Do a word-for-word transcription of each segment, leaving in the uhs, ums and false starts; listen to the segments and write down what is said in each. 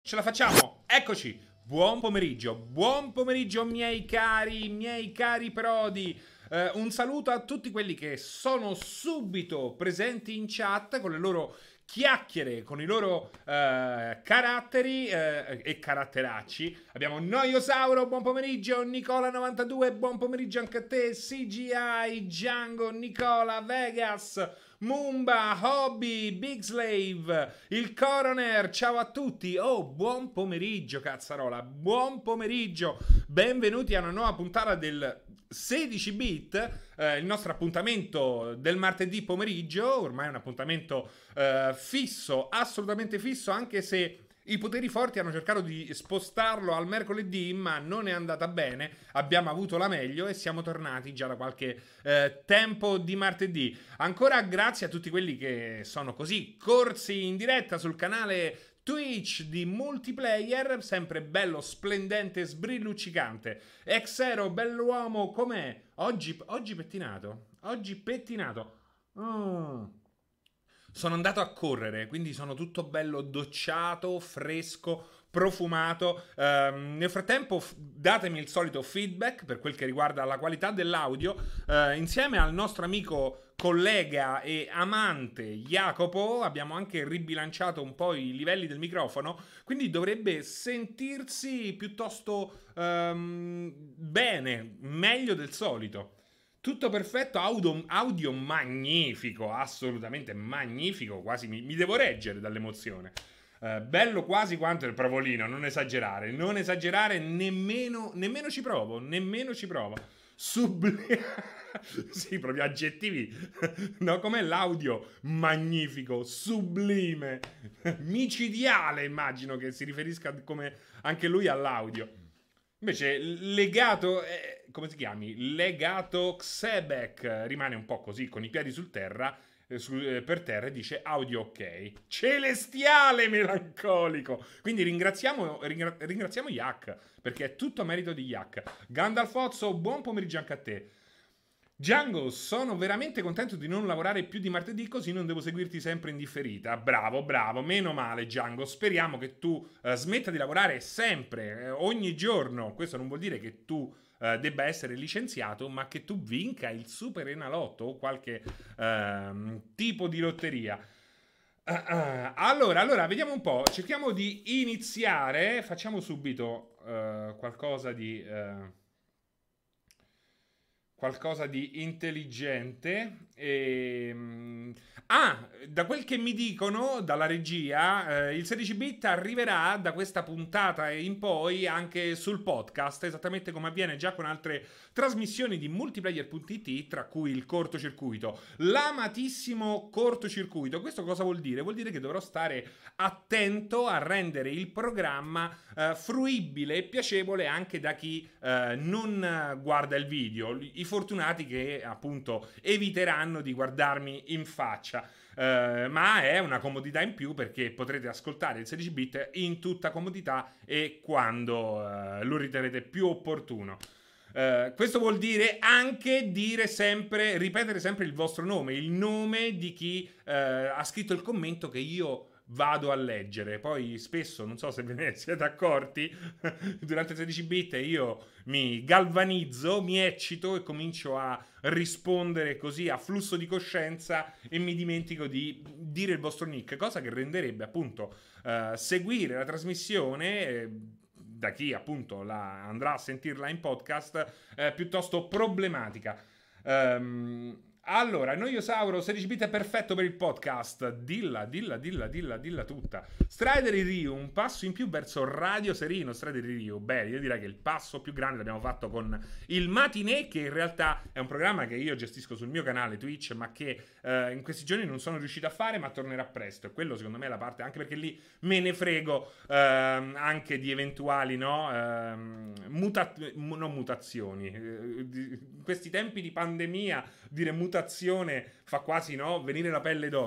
Ce la facciamo, eccoci. Buon pomeriggio, buon pomeriggio miei cari, miei cari prodi. Eh, un saluto a tutti quelli che sono subito presenti in chat con le loro chiacchiere, con i loro eh, caratteri eh, e caratteracci. Abbiamo Noiosauro, buon pomeriggio, Nicola novantadue, buon pomeriggio anche a te, C G I, Django, Nicola, Vegas, Mumba, Hobby, Big Slave, il Coroner, ciao a tutti. Oh, buon pomeriggio cazzarola, buon pomeriggio. Benvenuti a una nuova puntata del sedici bit, eh, il nostro appuntamento del martedì pomeriggio. Ormai è un appuntamento eh, fisso, assolutamente fisso, anche se i poteri forti hanno cercato di spostarlo al mercoledì, ma non è andata bene. Abbiamo avuto la meglio e siamo tornati già da qualche eh, tempo di martedì. Ancora grazie a tutti quelli che sono così corsi in diretta sul canale Twitch di Multiplayer, sempre bello, splendente, sbrilluccicante. Exero, bell'uomo, com'è? Oggi, oggi pettinato. Oggi pettinato. Mm. Sono andato a correre, quindi sono tutto bello docciato, fresco, profumato. Ehm, nel frattempo f- datemi il solito feedback per quel che riguarda la qualità dell'audio. Eh, insieme al nostro amico, collega e amante Jacopo abbiamo anche ribilanciato un po' i livelli del microfono, quindi dovrebbe sentirsi piuttosto ehm, bene, meglio del solito. Tutto perfetto, audio, audio magnifico, assolutamente magnifico, quasi mi, mi devo reggere dall'emozione. Eh, bello quasi quanto il Provolino, non esagerare, non esagerare, nemmeno, nemmeno ci provo, nemmeno ci provo. Sublime. Sì, proprio aggettivi. No, com'è l'audio? Magnifico, sublime, micidiale, immagino che si riferisca come anche lui all'audio. Invece, legato, eh, come si chiami? Legato Xebec rimane un po' così, con i piedi sul terra, eh, su, eh, per terra, e dice audio ok. Celestiale melancolico! Quindi ringraziamo, ringra- ringraziamo Yak, perché è tutto merito di Yak. Gandalfozzo, buon pomeriggio anche a te. Django, sono veramente contento di non lavorare più di martedì, così non devo seguirti sempre in differita. Bravo, bravo, meno male Django. Speriamo che tu eh, smetta di lavorare sempre, eh, ogni giorno. Questo non vuol dire che tu eh, debba essere licenziato, ma che tu vinca il Super Enalotto o qualche ehm, tipo di lotteria. Uh, uh, allora, allora, vediamo un po'. Cerchiamo di iniziare. Facciamo subito uh, qualcosa di... Uh, qualcosa di intelligente. E... Ah, da quel che mi dicono dalla regia, eh, il sedici bit arriverà da questa puntata in poi anche sul podcast, esattamente come avviene già con altre trasmissioni di multiplayer punto it, tra cui il cortocircuito, l'amatissimo cortocircuito. Questo cosa vuol dire? Vuol dire che dovrò stare attento a rendere il programma eh, fruibile e piacevole anche da chi eh, non guarda il video, i fortunati che appunto eviteranno di guardarmi in faccia. Uh, ma è una comodità in più, perché potrete ascoltare il sedici bit in tutta comodità e quando uh, lo riterrete più opportuno. Uh, questo vuol dire anche dire sempre, ripetere sempre il vostro nome, il nome di chi uh, ha scritto il commento che io vado a leggere. Poi spesso, non so se ve ne siete accorti, durante il sedici bit io mi galvanizzo, mi eccito e comincio a rispondere così a flusso di coscienza e mi dimentico di dire il vostro nick, cosa che renderebbe appunto uh, seguire la trasmissione eh, da chi appunto la andrà a sentirla in podcast eh, piuttosto problematica. Um, allora, Noiosauro, sedici bit è perfetto per il podcast. Dilla, dilla, dilla, dilla, dilla tutta. Strider Ryu, un passo in più verso Radio Serino. Strider Ryu, beh, io direi che il passo più grande l'abbiamo fatto con il Matinee, che in realtà è un programma che io gestisco sul mio canale Twitch, ma che eh, in questi giorni non sono riuscito a fare, ma tornerà presto. E quello secondo me è la parte, anche perché lì me ne frego ehm, anche di eventuali, no, ehm, muta- non mutazioni. In questi tempi di pandemia dire mutazione fa quasi, no, venire la pelle d'oca.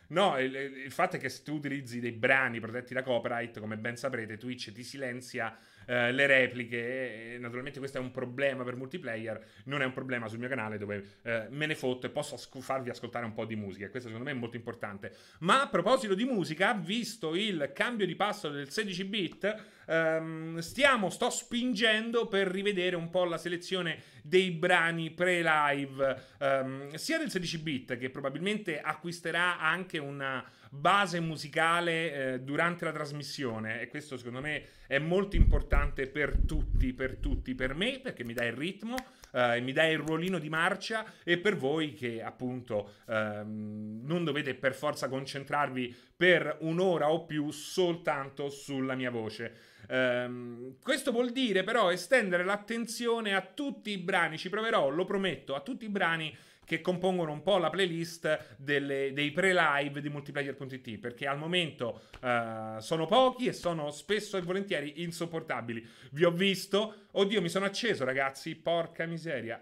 No, il, il fatto è che se tu utilizzi dei brani protetti da copyright, come ben saprete, Twitch ti silenzia eh, le repliche e naturalmente questo è un problema per multiplayer, non è un problema sul mio canale dove eh, me ne fotto e posso asco- farvi ascoltare un po' di musica e questo secondo me è molto importante. Ma a proposito di musica, visto il cambio di passo del sedici bit, ehm, stiamo, sto spingendo per rivedere un po' la selezione dei brani pre-live ehm, sia del sedici bit che probabilmente acquisterà anche una base musicale eh, durante la trasmissione e questo secondo me è molto importante per tutti, per tutti, per me perché mi dà il ritmo, eh, mi dà il ruolino di marcia e per voi che appunto ehm, non dovete per forza concentrarvi per un'ora o più soltanto sulla mia voce. Um, questo vuol dire però estendere l'attenzione a tutti i brani, ci proverò, lo prometto, a tutti i brani che compongono un po' la playlist delle, dei pre-live di multiplayer punto it perché al momento uh, sono pochi e sono spesso e volentieri insopportabili. Vi ho visto, oddio mi sono acceso ragazzi, porca miseria,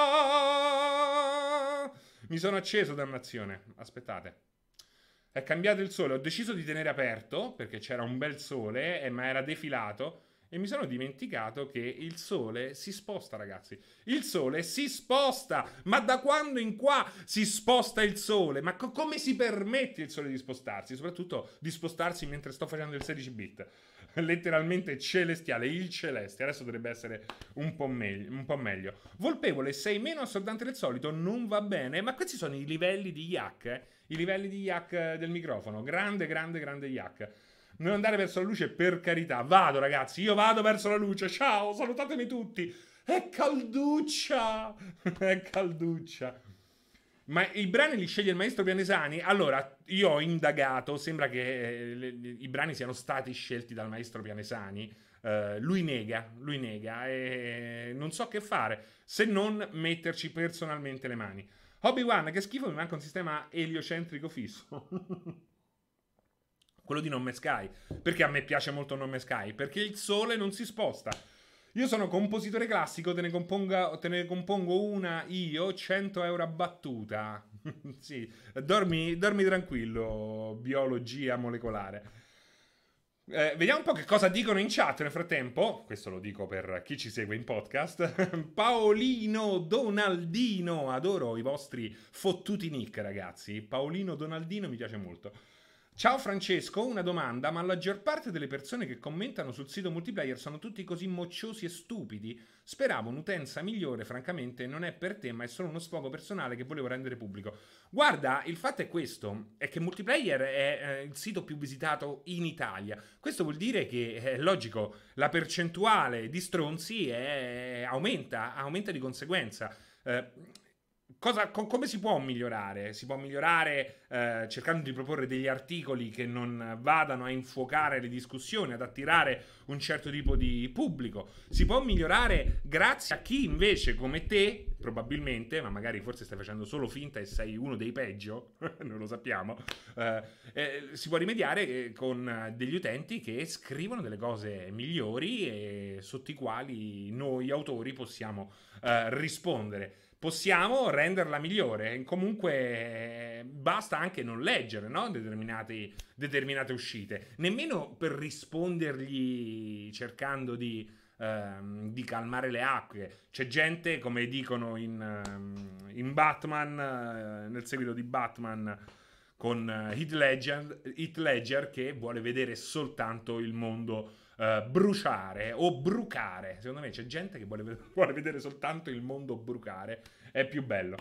oh! Mi sono acceso, dannazione, aspettate. È cambiato il sole, ho deciso di tenere aperto perché c'era un bel sole, eh, ma era defilato e mi sono dimenticato che il sole si sposta, ragazzi. Il sole si sposta! Ma da quando in qua si sposta il sole? Ma co- come si permette il sole di spostarsi? Soprattutto di spostarsi mentre sto facendo il sedici bit. Letteralmente celestiale, il celeste. Adesso dovrebbe essere un po' meglio. Un po' meglio. Volpevole, sei meno assordante del solito, non va bene. Ma questi sono i livelli di yak, eh? I livelli di yak del microfono. Grande, grande, grande yak. Non andare verso la luce, per carità. Vado, ragazzi, io vado verso la luce. Ciao, salutatemi tutti. È calduccia. È calduccia. Ma i brani li sceglie il maestro Pianesani? Allora, io ho indagato, sembra che eh, le, i brani siano stati scelti dal maestro Pianesani. Uh, lui nega, lui nega e non so che fare se non metterci personalmente le mani. Obi-Wan, che schifo, mi manca un sistema eliocentrico fisso. Quello di Non Me Sky. Perché a me piace molto Non Me Sky? Perché il sole non si sposta. Io sono compositore classico, te ne, componga, te ne compongo una io, cento euro a battuta. Sì, dormi, dormi tranquillo, biologia molecolare. Eh, vediamo un po' che cosa dicono in chat nel frattempo. Questo lo dico per chi ci segue in podcast. Paolino Donaldino. Adoro i vostri fottuti nick, ragazzi. Paolino Donaldino mi piace molto. Ciao Francesco, una domanda, ma la maggior parte delle persone che commentano sul sito multiplayer sono tutti così mocciosi e stupidi? Speravo un'utenza migliore, francamente non è per te, ma è solo uno sfogo personale che volevo rendere pubblico. Guarda, il fatto è questo, è che multiplayer è eh, il sito più visitato in Italia. Questo vuol dire che, è logico, la percentuale di stronzi è, aumenta, aumenta di conseguenza. Eh, Cosa, co- come si può migliorare? Si può migliorare eh, cercando di proporre degli articoli che non vadano a infuocare le discussioni, ad attirare un certo tipo di pubblico. Si può migliorare grazie a chi invece, come te, probabilmente, ma magari forse stai facendo solo finta e sei uno dei peggio, non lo sappiamo, eh, eh, si può rimediare eh, con degli utenti che scrivono delle cose migliori e sotto i quali noi autori possiamo eh, rispondere. Possiamo renderla migliore. Comunque eh, basta anche non leggere, no? Determinate, determinate uscite. Nemmeno per rispondergli cercando di, ehm, di calmare le acque. C'è gente, come dicono in, ehm, in Batman, eh, nel seguito di Batman con Heath Ledger, Heath Ledger, che vuole vedere soltanto il mondo Uh, bruciare o brucare. Secondo me c'è gente che vuole, vuole vedere soltanto il mondo brucare. È più bello.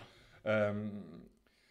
Um,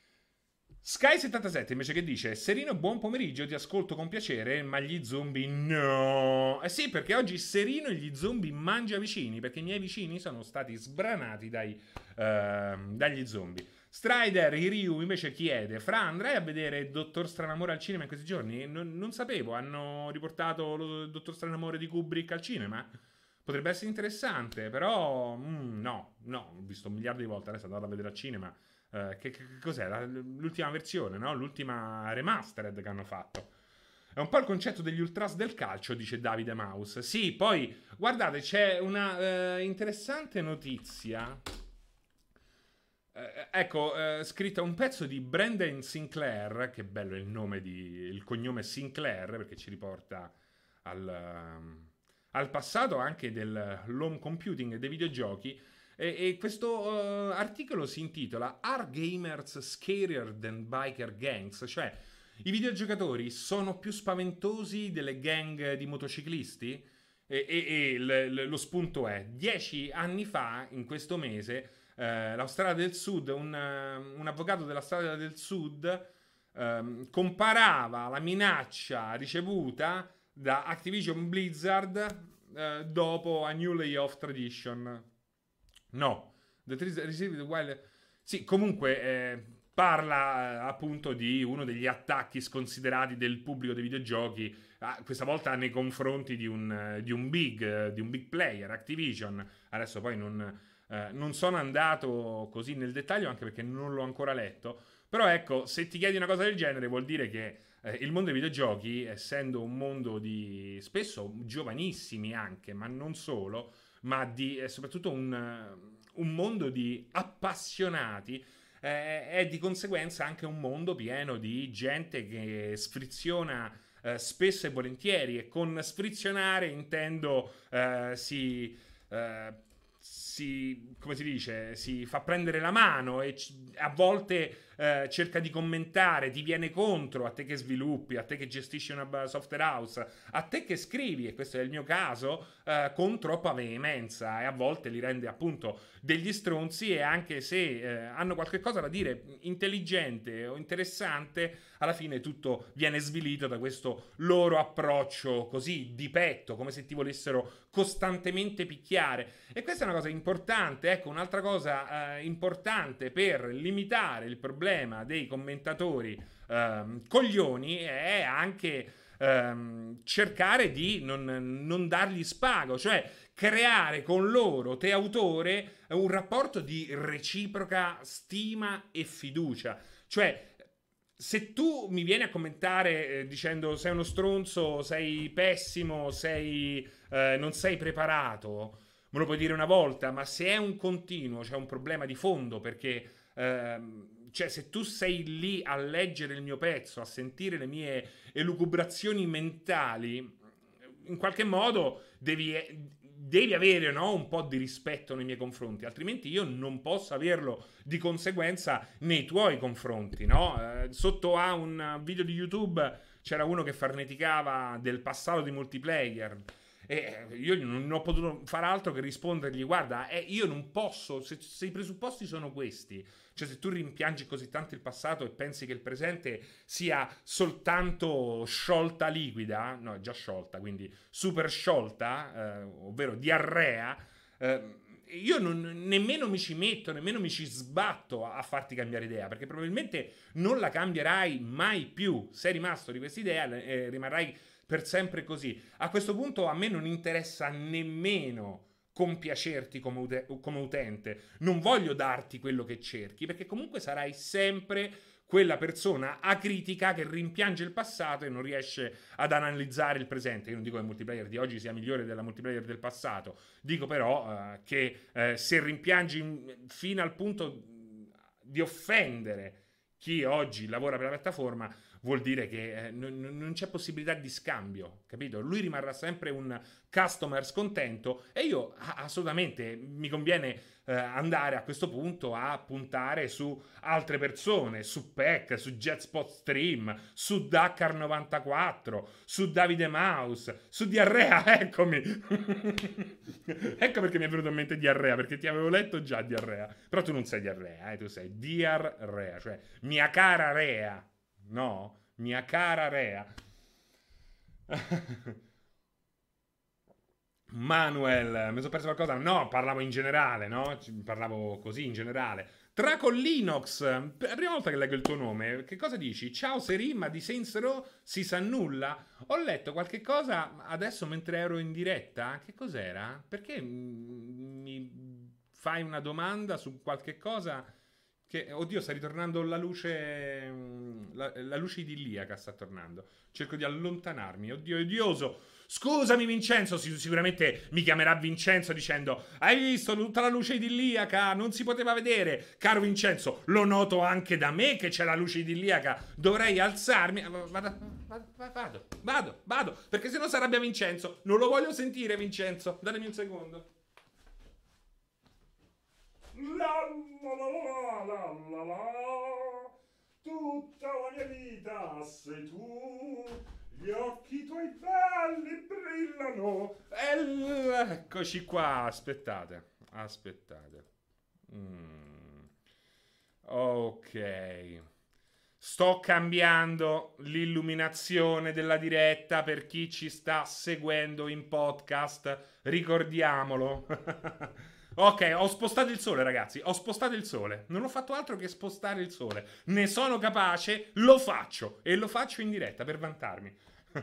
Sky settantasette invece che dice: Serino, buon pomeriggio, ti ascolto con piacere, ma gli zombie no. Eh sì, perché oggi Serino e gli zombie mangia vicini, perché i miei vicini sono stati sbranati dai, uh, dagli zombie. Strider Hiryu invece chiede: Fra, andrai a vedere Dottor Stranamore al cinema in questi giorni? Non, non sapevo, hanno riportato lo Dottor Stranamore di Kubrick al cinema? Potrebbe essere interessante, però mm, no, no, ho visto un miliardo di volte, adesso andato a vedere al cinema. Uh, che, che cos'è? La, l'ultima versione, no? L'ultima remastered che hanno fatto. È un po' il concetto degli ultras del calcio, dice Davide Mouse. Sì, poi, guardate, c'è una uh, interessante notizia. Eh, ecco, eh, scritta un pezzo di Brandon Sinclair, che bello il nome di, il cognome Sinclair, perché ci riporta al, um, al passato anche dell'home computing e dei videogiochi. E, e questo uh, articolo si intitola Are Gamers Scarier Than Biker Gangs? Cioè, i videogiocatori sono più spaventosi delle gang di motociclisti? E, e- e l- l- lo spunto è, dieci anni fa, in questo mese, eh, l'Australia del Sud, un, eh, un avvocato dell'Australia del Sud ehm, comparava la minaccia ricevuta da Activision Blizzard eh, dopo a New Layoff Tradition. No, The Trees Received Wild. Sì, comunque eh, parla eh, appunto di uno degli attacchi sconsiderati del pubblico dei videogiochi, ah, questa volta nei confronti di un, eh, di un big, eh, di un big player, Activision. Adesso poi non, eh, non sono andato così nel dettaglio, anche perché non l'ho ancora letto. Però ecco, se ti chiedi una cosa del genere, vuol dire che eh, il mondo dei videogiochi, essendo un mondo di spesso giovanissimi anche, ma non solo, ma di, è soprattutto un, un mondo di appassionati. Eh, è di conseguenza anche un mondo pieno di gente che sfriziona eh, spesso e volentieri, e con sfrizionare intendo eh, si, eh, si, come si dice, si fa prendere la mano e c- a volte eh, cerca di commentare, ti viene contro, a te che sviluppi, a te che gestisci una software house, a te che scrivi, e questo è il mio caso, eh, con troppa veemenza, e a volte li rende appunto degli stronzi, e anche se eh, hanno qualche cosa da dire intelligente o interessante, alla fine tutto viene svilito da questo loro approccio così di petto, come se ti volessero costantemente picchiare. E questa è una cosa importante. Ecco, un'altra cosa eh, importante per limitare il problema dei commentatori ehm, coglioni è anche ehm, cercare di non, non dargli spago, cioè creare con loro, te autore, un rapporto di reciproca stima e fiducia. Cioè, se tu mi vieni a commentare eh, dicendo sei uno stronzo, sei pessimo, sei, eh, non sei preparato, me lo puoi dire una volta, ma se è un continuo, c'è un problema di fondo, perché ehm, cioè, se tu sei lì a leggere il mio pezzo, a sentire le mie elucubrazioni mentali, in qualche modo devi, devi avere, no, un po' di rispetto nei miei confronti, altrimenti io non posso averlo di conseguenza nei tuoi confronti, no? Eh, sotto a un video di YouTube c'era uno che farneticava del passato di multiplayer. E io non ho potuto fare altro che rispondergli: guarda, eh, io non posso, se, se i presupposti sono questi, cioè se tu rimpiangi così tanto il passato e pensi che il presente sia soltanto sciolta liquida, no, è già sciolta, quindi super sciolta, eh, ovvero diarrea, eh, io non, nemmeno mi ci metto, nemmeno mi ci sbatto a, a farti cambiare idea, perché probabilmente non la cambierai mai più. Sei rimasto di questa idea e eh, rimarrai per sempre così. A questo punto a me non interessa nemmeno compiacerti come, ut- come utente, non voglio darti quello che cerchi, perché comunque sarai sempre quella persona acritica che rimpiange il passato e non riesce ad analizzare il presente. Io non dico che il multiplayer di oggi sia migliore della multiplayer del passato, dico però eh, che eh, se rimpiangi fino al punto di offendere chi oggi lavora per la piattaforma, vuol dire che eh, non, non c'è possibilità di scambio, capito? Lui rimarrà sempre un customer scontento, e io assolutamente mi conviene eh, andare a questo punto a puntare su altre persone, su Peck, su Jetspot Stream, su Dakar novantaquattro, su Davide Mouse, su Diarrea, eccomi. Ecco perché mi è venuto in mente Diarrea, perché ti avevo letto già Diarrea, però tu non sei Diarrea, eh, tu sei Diarrea, cioè mia cara Rea. No? Mia cara Rea. Manuel, mi sono perso qualcosa? No, parlavo in generale, no? Parlavo così in generale. Tracol Linux, è la prima volta che leggo il tuo nome. Che cosa dici? Ciao Seri, ma di Saints Row si sa nulla? Ho letto qualche cosa adesso mentre ero in diretta. Che cos'era? Perché mi fai una domanda su qualche cosa Che, oddio, sta ritornando la luce. La, la luce idilliaca sta tornando. Cerco di allontanarmi. Oddio, è odioso. Scusami, Vincenzo. Sic- sicuramente mi chiamerà Vincenzo dicendo: hai visto tutta la luce idilliaca? Non si poteva vedere. Caro Vincenzo, lo noto anche da me che c'è la luce idilliaca. Dovrei alzarmi. Vado, vado, vado, vado, vado. Perché se no si arrabbia Vincenzo. Non lo voglio sentire, Vincenzo. Datemi un secondo. La la la la la la, tutta la mia vita sei tu, gli occhi tuoi belli brillano. E eccoci qua, aspettate, aspettate. Mm. Ok. Sto cambiando l'illuminazione della diretta per chi ci sta seguendo in podcast, ricordiamolo. Ok, ho spostato il sole, ragazzi. Ho spostato il sole. Non ho fatto altro che spostare il sole. Ne sono capace, lo faccio. E lo faccio in diretta per vantarmi.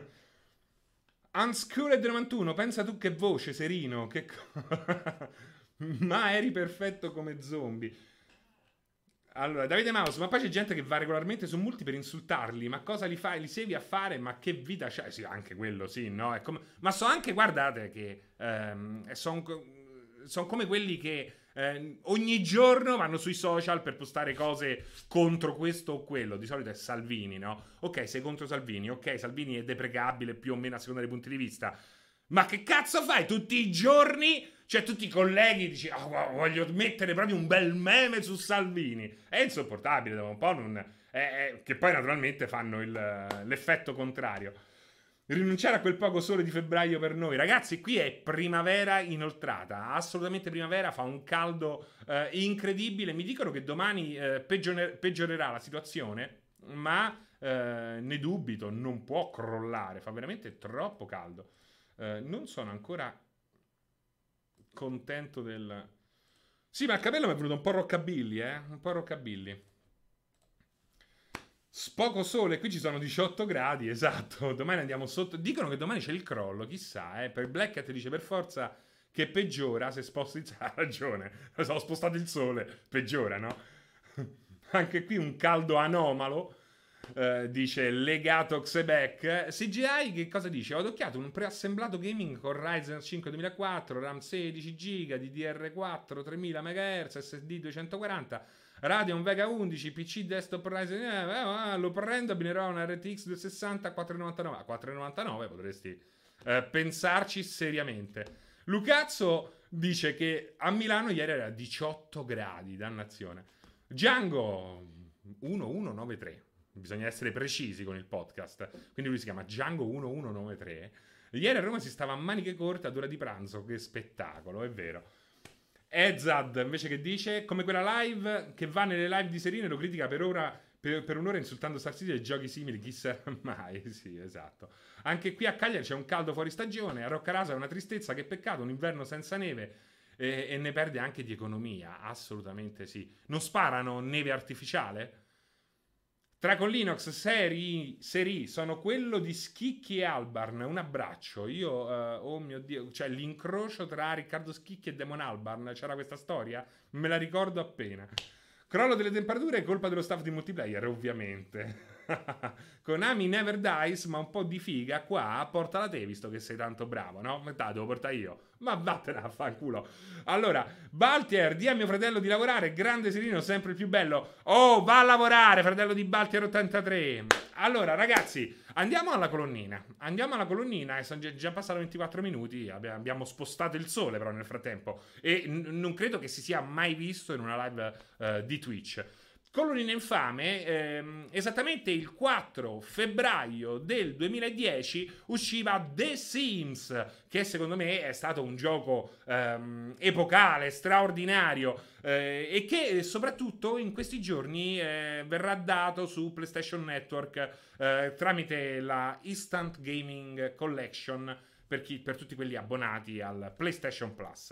Unscured novantuno, pensa tu che voce, Serino. Che co- ma eri perfetto come zombie. Allora, Davide Mouse, ma poi c'è gente che va regolarmente su multi per insultarli. Ma cosa li fai? Li segui a fare? Ma che vita c'hai? Sì, anche quello, sì, no? È come... Ma so anche, guardate, che ehm, sono son come quelli che eh, ogni giorno vanno sui social per postare cose contro questo o quello. Di solito è Salvini, no? Ok, sei contro Salvini. Ok, Salvini è deprecabile più o meno a seconda dei punti di vista. Ma che cazzo fai tutti i giorni? Cioè, tutti i colleghi dici, oh, voglio mettere proprio un bel meme su Salvini. È insopportabile, dopo un po' non... È, è, che poi naturalmente fanno il, l'effetto contrario. Rinunciare a quel poco sole di febbraio per noi. Ragazzi, qui è primavera inoltrata. Assolutamente primavera, fa un caldo eh, incredibile. Mi dicono che domani eh, peggiore, peggiorerà la situazione, ma eh, ne dubito, non può crollare. Fa veramente troppo caldo. Eh, non sono ancora contento del... Sì, ma il capello mi è venuto un po' rockabilly, eh? Un po' rockabilly. Poco sole, qui ci sono diciotto gradi, esatto. Domani andiamo sotto. Dicono che domani c'è il crollo, chissà, eh. Per Black Hat dice per forza che peggiora se sposti... Ha ragione, ho spostato il sole, peggiora, no? Anche qui un caldo anomalo. Uh, dice legato Xebec. C G I che cosa dice? Ho adocchiato un preassemblato gaming con Ryzen cinque duemilaquattro, RAM sedici giga, D D R quattro, tremila megahertz, S S D duecentoquaranta, Radeon Vega undici, P C desktop Ryzen, eh, eh, lo prendo, abbinerò una R T X duecentosessanta a quattrocentonovantanove. A quattrocentonovantanove potresti eh, pensarci seriamente. Lucazzo dice che a Milano ieri era diciotto gradi, dannazione. Django millecentonovantatré. Bisogna essere precisi con il podcast. Quindi lui si chiama Django millecentonovantatré. Ieri a Roma si stava a maniche corte ad ora di pranzo. Che spettacolo, è vero. Ezad invece che dice come quella live che va nelle live di Serino e lo critica per ora per, per un'ora insultando Star City e giochi simili, chi sarà mai? Sì, esatto. Anche qui a Cagliari c'è un caldo fuori stagione, a Roccaraso è una tristezza, che peccato, un inverno senza neve e, e ne perde anche di economia, assolutamente sì. Non sparano neve artificiale? Tra con Linux, Seri, Seri, sono quello di Schicchi e Albarn. Un abbraccio. Io, uh, oh mio Dio, cioè l'incrocio tra Riccardo Schicchi e Damon Albarn. C'era questa storia? Me la ricordo appena. Crollo delle temperature è colpa dello staff di multiplayer, ovviamente. Konami never dies, ma un po' di figa qua, portala te, visto che sei tanto bravo, no? Ma devo portare io. Ma vattene a fanculo. Allora, Baltier, di a mio fratello di lavorare, grande Serino, sempre il più bello. Oh, va a lavorare, fratello di Baltier ottantatré. Allora, ragazzi, andiamo alla colonnina. Andiamo alla colonnina, e sono già passati ventiquattro minuti, abbiamo spostato il sole però nel frattempo. E n- non credo che si sia mai visto in una live uh, di Twitch. Colonnina infame, ehm, esattamente il quattro febbraio del duemiladieci usciva The Sims, che secondo me è stato un gioco ehm, epocale, straordinario eh, e che soprattutto in questi giorni eh, verrà dato su PlayStation Network eh, tramite la Instant Gaming Collection per, chi, per tutti quelli abbonati al PlayStation Plus.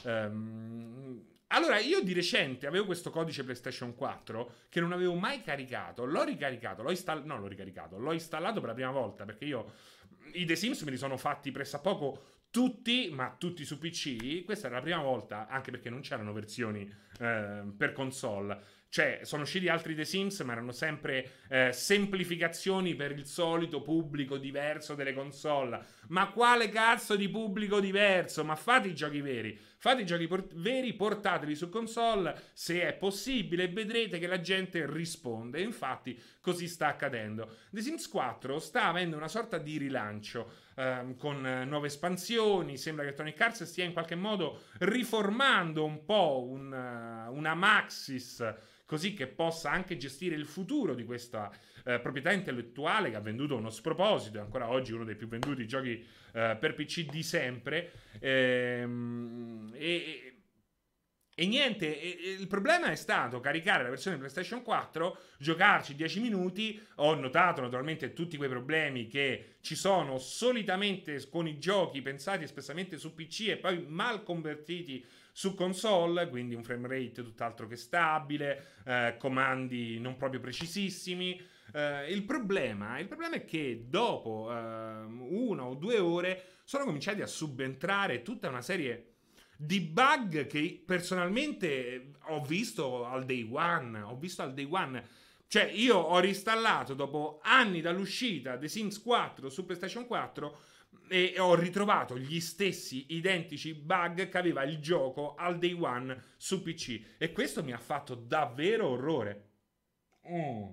Um, allora, io di recente avevo questo codice PlayStation quattro che non avevo mai caricato. L'ho ricaricato, l'ho installato. No, l'ho ricaricato, l'ho installato per la prima volta perché io i The Sims me li sono fatti pressappoco tutti, ma tutti su P C. Questa era la prima volta, anche perché non c'erano versioni eh, per console. Cioè, sono usciti altri The Sims, ma erano sempre eh, semplificazioni per il solito pubblico diverso delle console. Ma quale cazzo di pubblico diverso? Ma fate i giochi veri. Fate i giochi port- veri, portateli su console se è possibile e vedrete che la gente risponde. E infatti così sta accadendo. The Sims quattro sta avendo una sorta di rilancio. Uh, con uh, nuove espansioni, sembra che Electronic Arts stia in qualche modo riformando un po' un, uh, una Maxis, così che possa anche gestire il futuro di questa uh, proprietà intellettuale che ha venduto uno sproposito, è ancora oggi uno dei più venduti giochi uh, per P C di sempre. Ehm, e, e niente, e, e il problema è stato caricare la versione PlayStation quattro, giocarci dieci minuti. Ho notato naturalmente tutti quei problemi che ci sono solitamente con i giochi pensati espressamente su P C e poi mal convertiti su console, quindi un frame rate tutt'altro che stabile, eh, comandi non proprio precisissimi. Eh, il, problema, il problema è che dopo eh, una o due ore sono cominciati a subentrare tutta una serie di bug che personalmente ho visto al day one. Ho visto al day one. Cioè, io ho reinstallato dopo anni dall'uscita The Sims quattro su PlayStation quattro e ho ritrovato gli stessi identici bug che aveva il gioco al day one su P C. E questo mi ha fatto davvero orrore. Mm.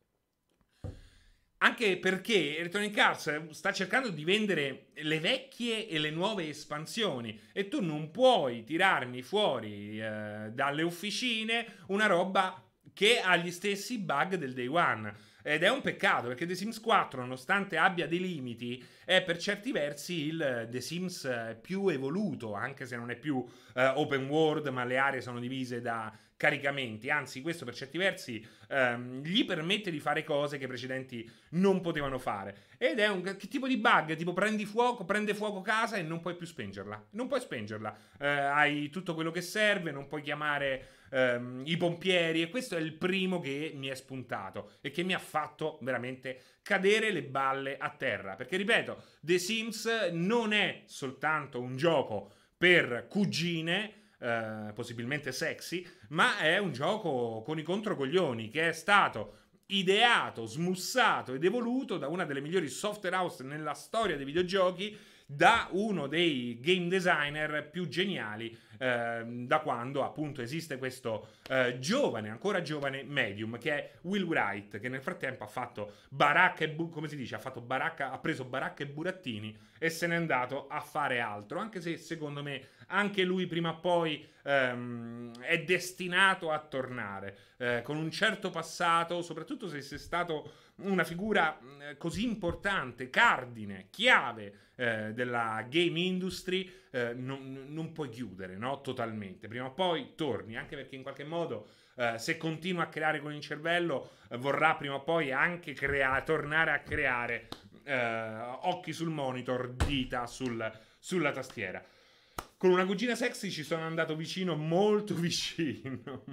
Anche perché Electronic Arts sta cercando di vendere le vecchie e le nuove espansioni e tu non puoi tirarmi fuori eh, dalle officine una roba che ha gli stessi bug del day one. Ed è un peccato perché The Sims quattro, nonostante abbia dei limiti, è per certi versi il The Sims più evoluto, anche se non è più eh, open world, ma le aree sono divise da caricamenti. Anzi, questo per certi versi ehm, gli permette di fare cose che i precedenti non potevano fare. Ed è un che tipo di bug? Tipo prendi fuoco, prende fuoco casa e non puoi più spengerla. Non puoi spengerla. Eh, hai tutto quello che serve, non puoi chiamare ehm, i pompieri. E questo è il primo che mi è spuntato e che mi ha fatto veramente cadere le balle a terra. Perché ripeto, The Sims non è soltanto un gioco per cugine, eh, possibilmente sexy, ma è un gioco con i controcoglioni che è stato ideato, smussato ed evoluto da una delle migliori software house nella storia dei videogiochi, da uno dei game designer più geniali eh, da quando appunto esiste questo eh, giovane, ancora giovane medium che è Will Wright, che nel frattempo ha fatto baracca e bu- come si dice, ha fatto baracca, ha preso baracca e burattini e se n'è andato a fare altro, anche se secondo me anche lui prima o poi ehm, è destinato a tornare eh, con un certo passato, soprattutto se sei stato una figura eh, così importante, cardine, chiave eh, della game industry, eh, non, non puoi chiudere, no? Totalmente. Prima o poi torni, anche perché in qualche modo eh, se continua a creare con il cervello eh, vorrà prima o poi anche crea- tornare a creare eh, occhi sul monitor, dita sul, sulla tastiera. Con una cugina sexy ci sono andato vicino, molto vicino.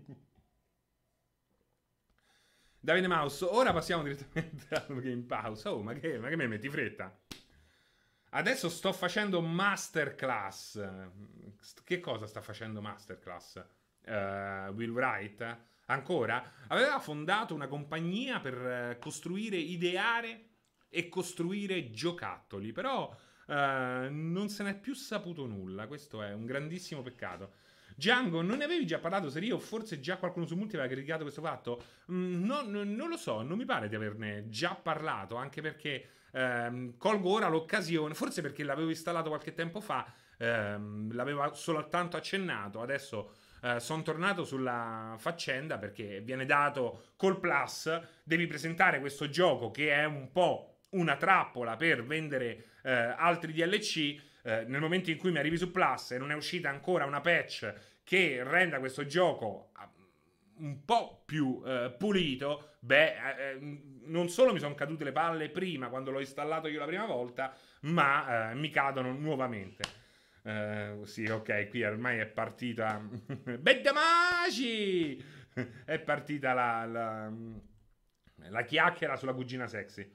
Davide Mouse, ora passiamo direttamente al Game Pause. Oh, ma che, ma che me metti fretta? Adesso sto facendo masterclass. Che cosa sta facendo masterclass? Uh, Will Wright? Ancora? Aveva fondato una compagnia per uh, costruire, ideare e costruire giocattoli, però uh, non se n'è più saputo nulla. Questo è un grandissimo peccato. Django, non ne avevi già parlato? Serio? Forse già qualcuno su Multi aveva criticato questo fatto? Mm, no, no, non lo so, non mi pare di averne già parlato, anche perché ehm, colgo ora l'occasione, forse perché l'avevo installato qualche tempo fa, ehm, l'avevo soltanto accennato, adesso eh, sono tornato sulla faccenda perché viene dato col Plus, devi presentare questo gioco che è un po' una trappola per vendere eh, altri D L C. Eh, nel momento in cui mi arrivi su Plus e non è uscita ancora una patch che renda questo gioco un po' più eh, pulito, beh, eh, non solo mi sono cadute le palle prima quando l'ho installato io la prima volta, ma eh, mi cadono nuovamente. Eh, sì, ok, qui ormai è partita Beddamaci! È partita la, la, la chiacchiera sulla cugina sexy.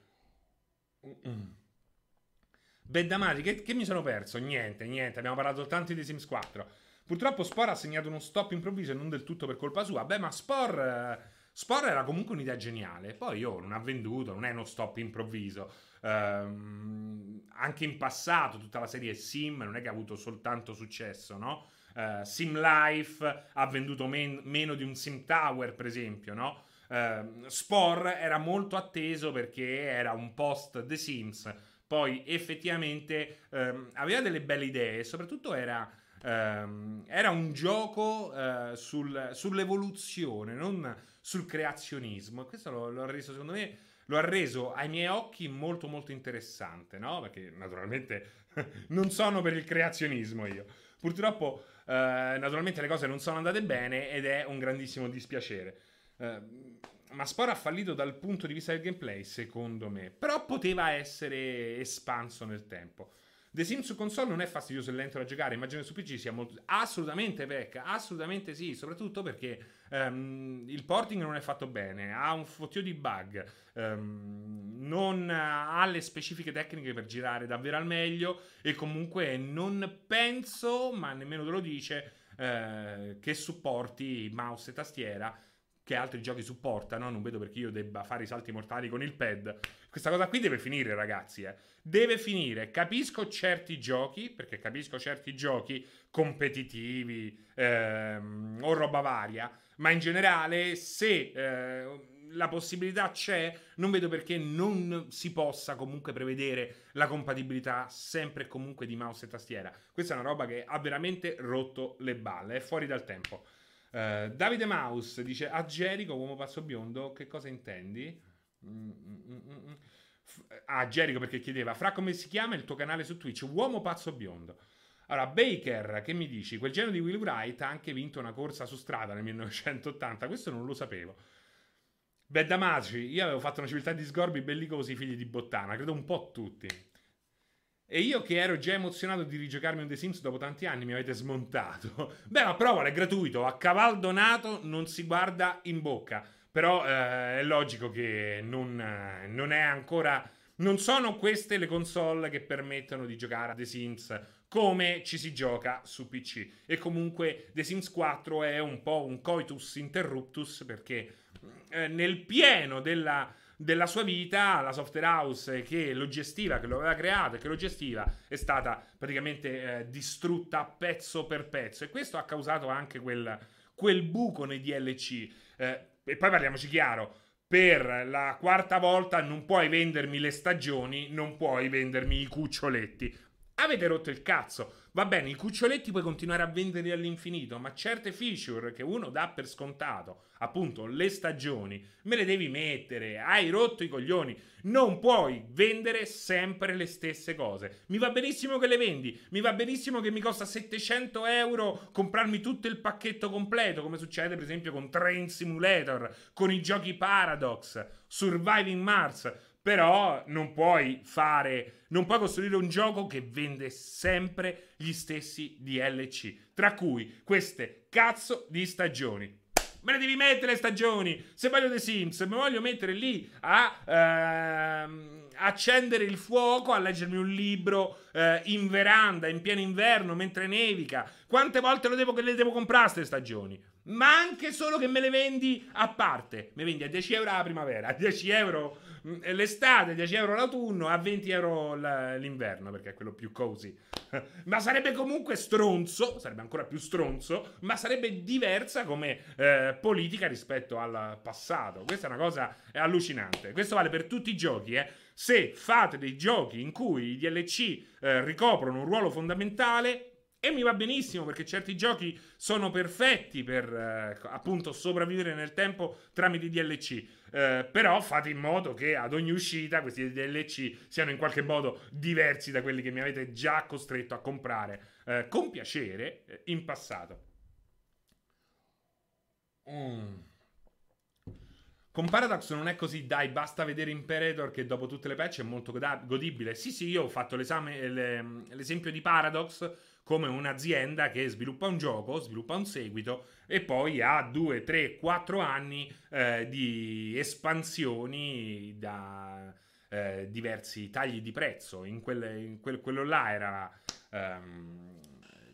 Beddamaci, che, che mi sono perso? Niente, niente, abbiamo parlato soltanto di The Sims quattro. Purtroppo Spore ha segnato uno stop improvviso e non del tutto per colpa sua. Beh, ma Spore, eh, Spore era comunque un'idea geniale. Poi oh, non ha venduto, non è uno stop improvviso. Ehm, anche in passato tutta la serie Sim non è che ha avuto soltanto successo, no? Uh, Sim Life ha venduto men- meno di un Sim Tower, per esempio, no? Uh, Spore era molto atteso perché era un post The Sims. Poi effettivamente um, aveva delle belle idee, e soprattutto era, um, era un gioco uh, sul, sull'evoluzione, non sul creazionismo. E questo lo, lo ha reso, secondo me, lo ha reso ai miei occhi molto molto interessante, no? Perché naturalmente non sono per il creazionismo io. Purtroppo, eh, naturalmente, le cose non sono andate bene ed è un grandissimo dispiacere. Eh, ma Spore ha fallito dal punto di vista del gameplay, secondo me. Però poteva essere espanso nel tempo. The Sims su console non è fastidioso e lento da giocare, immagino che su P C sia molto... Assolutamente, Pecca, assolutamente sì, soprattutto perché um, il porting non è fatto bene, ha un fottio di bug, um, non ha le specifiche tecniche per girare davvero al meglio e comunque non penso, ma nemmeno te lo dice, eh, che supporti mouse e tastiera che altri giochi supportano. Non vedo perché io debba fare i salti mortali con il pad. Questa cosa qui deve finire, ragazzi, eh. Deve finire. Capisco certi giochi, perché capisco certi giochi competitivi ehm, o roba varia, ma in generale, se eh, la possibilità c'è, non vedo perché non si possa comunque prevedere la compatibilità sempre e comunque di mouse e tastiera. Questa è una roba che ha veramente rotto le balle, è fuori dal tempo. Uh, Davide Maus dice a Jericho, uomo passo biondo, che cosa intendi? Mm, mm, mm, mm. F- ah, Jericho perché chiedeva, fra come si chiama il tuo canale su Twitch? Uomo pazzo biondo. Allora, Baker, che mi dici? Quel genio di Will Wright ha anche vinto una corsa su strada nel millenovecentottanta, questo non lo sapevo. Beh, Damaci, io avevo fatto una civiltà di sgorbi bellicosi figli di bottana, credo un po' tutti. E io che ero già emozionato di rigiocarmi un The Sims dopo tanti anni mi avete smontato. Beh, ma provalo, è gratuito. A caval donato non si guarda in bocca. Però eh, è logico che non, eh, non è ancora... Non sono queste le console che permettono di giocare a The Sims come ci si gioca su P C. E comunque The Sims quattro è un po' un coitus interruptus perché eh, nel pieno della della sua vita, la software house che lo gestiva, che lo aveva creato e che lo gestiva, è stata praticamente eh, distrutta pezzo per pezzo. E questo ha causato anche quel, quel buco nei D L C. Eh, e poi parliamoci chiaro. Per la quarta volta non puoi vendermi le stagioni, non puoi vendermi i cuccioletti. Avete rotto il cazzo. Va bene, i cuccioletti puoi continuare a venderli all'infinito, ma certe feature che uno dà per scontato, appunto le stagioni, me le devi mettere. Hai rotto i coglioni. Non puoi vendere sempre le stesse cose. Mi va benissimo che le vendi, mi va benissimo che mi costa settecento euro comprarmi tutto il pacchetto completo, come succede per esempio con Train Simulator, con i giochi Paradox, Surviving Mars. Però non puoi fare, non puoi costruire un gioco che vende sempre gli stessi D L C, tra cui queste cazzo di stagioni. Me le devi mettere le stagioni. Se voglio The Sims, mi voglio mettere lì a ehm, accendere il fuoco, a leggermi un libro eh, in veranda, in pieno inverno, mentre nevica. Quante volte lo devo, che le devo comprare queste stagioni? Ma anche solo che me le vendi a parte. Me vendi a dieci euro la primavera, a dieci euro l'estate, dieci euro l'autunno, a venti euro l'inverno, perché è quello più cozy. Ma sarebbe comunque stronzo, sarebbe ancora più stronzo, ma sarebbe diversa come eh, politica rispetto al passato. Questa è una cosa allucinante. Questo vale per tutti i giochi, eh. Se fate dei giochi in cui i D L C eh, ricoprono un ruolo fondamentale, e mi va benissimo perché certi giochi sono perfetti per eh, appunto sopravvivere nel tempo tramite i D L C. Eh, però fate in modo che ad ogni uscita questi D L C siano in qualche modo diversi da quelli che mi avete già costretto a comprare eh, con piacere eh, in passato. Mm. Con Paradox non è così, dai, basta vedere Imperator che dopo tutte le patch è molto godibile. Sì, sì, io ho fatto l'esame, l'esempio di Paradox come un'azienda che sviluppa un gioco, sviluppa un seguito e poi ha due, tre, quattro anni eh, di espansioni da eh, diversi tagli di prezzo. In, quelle, in quel, quello là era... Um,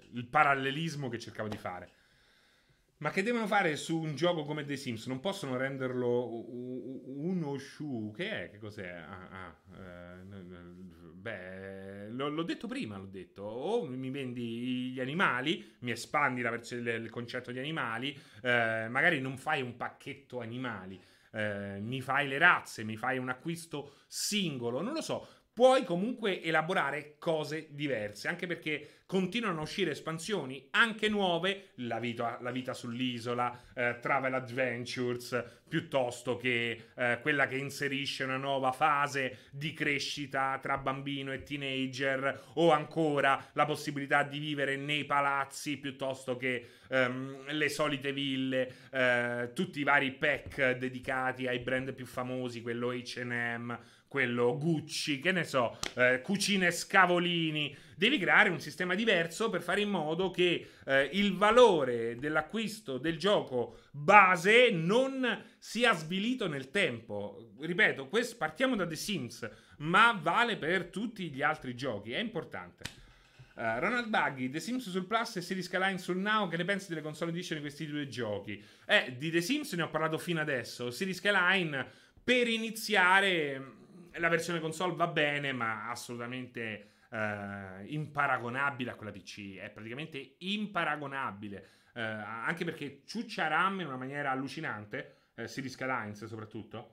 il parallelismo che cercavo di fare. Ma che devono fare su un gioco come The Sims? Non possono renderlo uno shu. Che è? Che cos'è? Ah, ah, eh, beh, l'ho, l'ho detto prima, l'ho detto. O mi vendi gli animali, mi espandi la versione, il concetto di animali, eh, magari non fai un pacchetto animali, eh, mi fai le razze, mi fai un acquisto singolo, non lo so. Puoi comunque elaborare cose diverse, anche perché continuano a uscire espansioni anche nuove, la vita, la vita sull'isola, eh, Travel Adventures, piuttosto che eh, quella che inserisce una nuova fase di crescita tra bambino e teenager, o ancora la possibilità di vivere nei palazzi piuttosto che ehm, le solite ville, eh, tutti i vari pack dedicati ai brand più famosi, quello acca e emme, quello Gucci, che ne so, eh, cucine Scavolini. Devi creare un sistema diverso per fare in modo che eh, il valore dell'acquisto del gioco base non sia svilito nel tempo. Ripeto, questo, partiamo da The Sims, ma vale per tutti gli altri giochi, è importante. Uh, Ronald Buggy, The Sims sul Plus e Cities Skyline sul Now, che ne pensi delle console edition di questi due giochi? Eh, di The Sims ne ho parlato fino adesso. Cities Skyline, per iniziare, la versione console va bene, ma assolutamente uh, imparagonabile a quella P C. È praticamente imparagonabile, uh, anche perché ciuccia RAM in una maniera allucinante, uh, Cities Skylines soprattutto.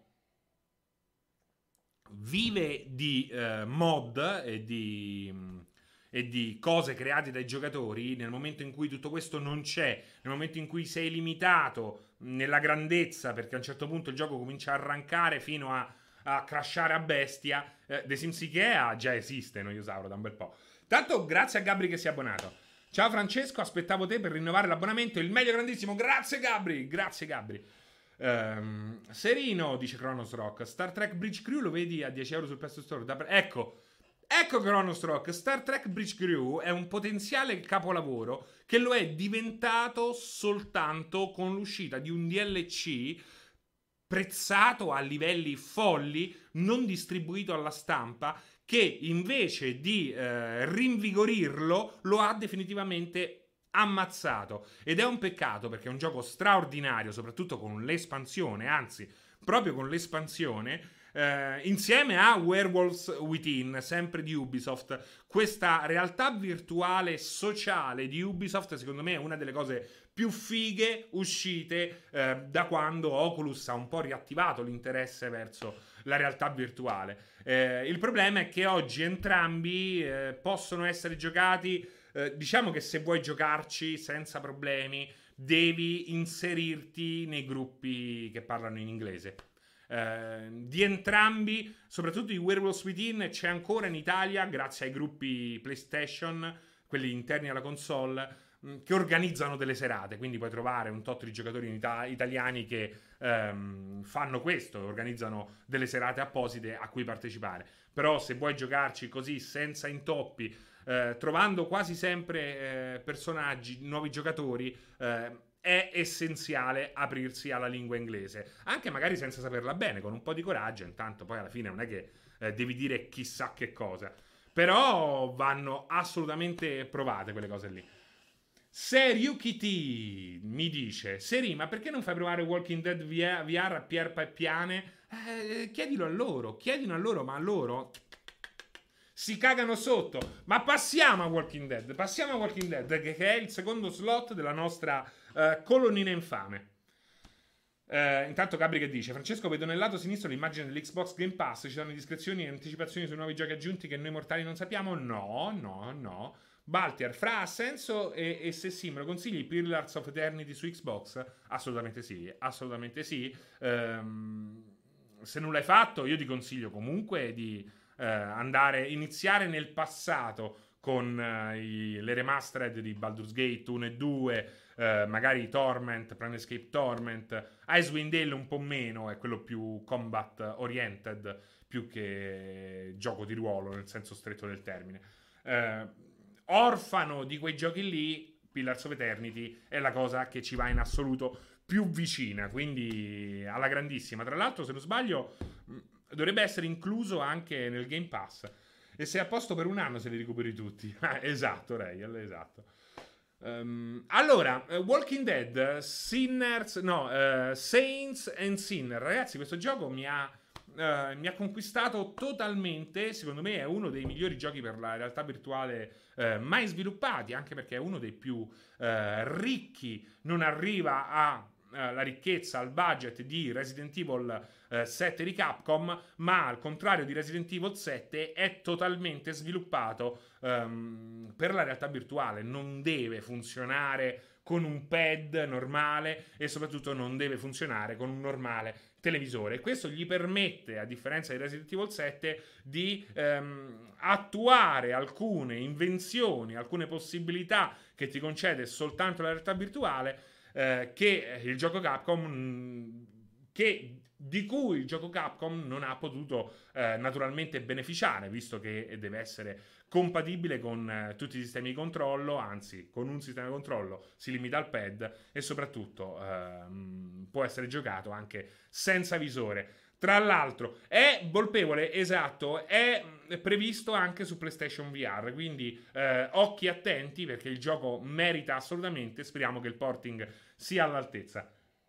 Vive di uh, mod e di... e di cose create dai giocatori. Nel momento in cui tutto questo non c'è, nel momento in cui sei limitato nella grandezza, perché a un certo punto il gioco comincia a arrancare fino a, a crashare a bestia, eh, The Sims Ikea già esiste, no? Io usato da un bel po'. Tanto grazie a Gabri che si è abbonato. Ciao Francesco, aspettavo te per rinnovare l'abbonamento, il meglio grandissimo. Grazie Gabri, grazie Gabri. Um, Serino, dice Kronos Rock, Star Trek Bridge Crew lo vedi a dieci euro sul P S Store? Da pre- ecco, Ecco Chronostroke, Star Trek Bridge Crew è un potenziale capolavoro che lo è diventato soltanto con l'uscita di un D L C prezzato a livelli folli, non distribuito alla stampa, che invece di eh, rinvigorirlo lo ha definitivamente ammazzato. Ed è un peccato perché è un gioco straordinario, soprattutto con l'espansione, anzi proprio con l'espansione, Uh, insieme a Werewolves Within, sempre di Ubisoft. Questa realtà virtuale sociale di Ubisoft, secondo me, è una delle cose più fighe uscite uh, da quando Oculus ha un po' riattivato l'interesse verso la realtà virtuale. Uh, il problema è che oggi entrambi uh, possono essere giocati. Uh, diciamo che se vuoi giocarci senza problemi, devi inserirti nei gruppi che parlano in inglese. Uh, di entrambi, soprattutto di Werewolves Within, c'è ancora in Italia, grazie ai gruppi PlayStation, quelli interni alla console, mh, che organizzano delle serate. Quindi puoi trovare un tot di giocatori in ita- italiani che um, fanno questo, organizzano delle serate apposite a cui partecipare. Però se vuoi giocarci così senza intoppi, uh, trovando quasi sempre uh, personaggi, nuovi giocatori, uh, è essenziale aprirsi alla lingua inglese, anche magari senza saperla bene, con un po' di coraggio. Intanto poi alla fine non è che eh, devi dire chissà che cosa, però vanno assolutamente provate quelle cose lì. Seriukity mi dice: Seri, ma perché non fai provare Walking Dead V R a Pierpa e Piane? Eh, chiedilo a loro, chiedilo a loro, ma a loro si cagano sotto. Ma passiamo a Walking Dead, passiamo a Walking Dead, che è il secondo slot della nostra uh, colonnina infame. Uh, intanto Gabri che dice: Francesco, vedo nel lato sinistro l'immagine dell'Xbox Game Pass, ci sono indiscrezioni e anticipazioni sui nuovi giochi aggiunti che noi mortali non sappiamo? No, no, no. Baltier, fra ha senso e, e se sì, me lo consigli Pillars of Eternity su Xbox? Assolutamente sì, assolutamente sì. Um, se non l'hai fatto, io ti consiglio comunque di Uh, andare, iniziare nel passato con uh, i, le remastered di Baldur's Gate uno e due, uh, magari Torment, Planescape Torment. Icewind Dale un po' meno, è quello più combat oriented più che gioco di ruolo nel senso stretto del termine. Uh, orfano di quei giochi lì, Pillars of Eternity è la cosa che ci va in assoluto più vicina, quindi alla grandissima. Tra l'altro, se non sbaglio, dovrebbe essere incluso anche nel Game Pass. E sei a posto per un anno se li recuperi tutti. Esatto, Rayel, esatto. Um, allora, uh, Walking Dead, Sinners, no, uh, Saints and Sinners. Ragazzi, questo gioco mi ha, uh, mi ha conquistato totalmente. Secondo me è uno dei migliori giochi per la realtà virtuale uh, mai sviluppati, anche perché è uno dei più uh, ricchi. Non arriva a la ricchezza, al budget di Resident Evil eh, sette di Capcom, ma al contrario di Resident Evil sette è totalmente sviluppato um, per la realtà virtuale. Non deve funzionare con un pad normale e soprattutto non deve funzionare con un normale televisore. Questo gli permette, a differenza di Resident Evil sette, di um, attuare alcune invenzioni, alcune possibilità che ti concede soltanto la realtà virtuale, Eh, che il gioco Capcom che, di cui il gioco Capcom non ha potuto eh, naturalmente beneficiare, visto che deve essere compatibile con eh, tutti i sistemi di controllo, anzi con un sistema di controllo si limita al pad e soprattutto ehm, può essere giocato anche senza visore. Tra l'altro è volpevole, esatto, è previsto anche su PlayStation V R, quindi eh, occhi attenti perché il gioco merita assolutamente, speriamo che il porting sia all'altezza.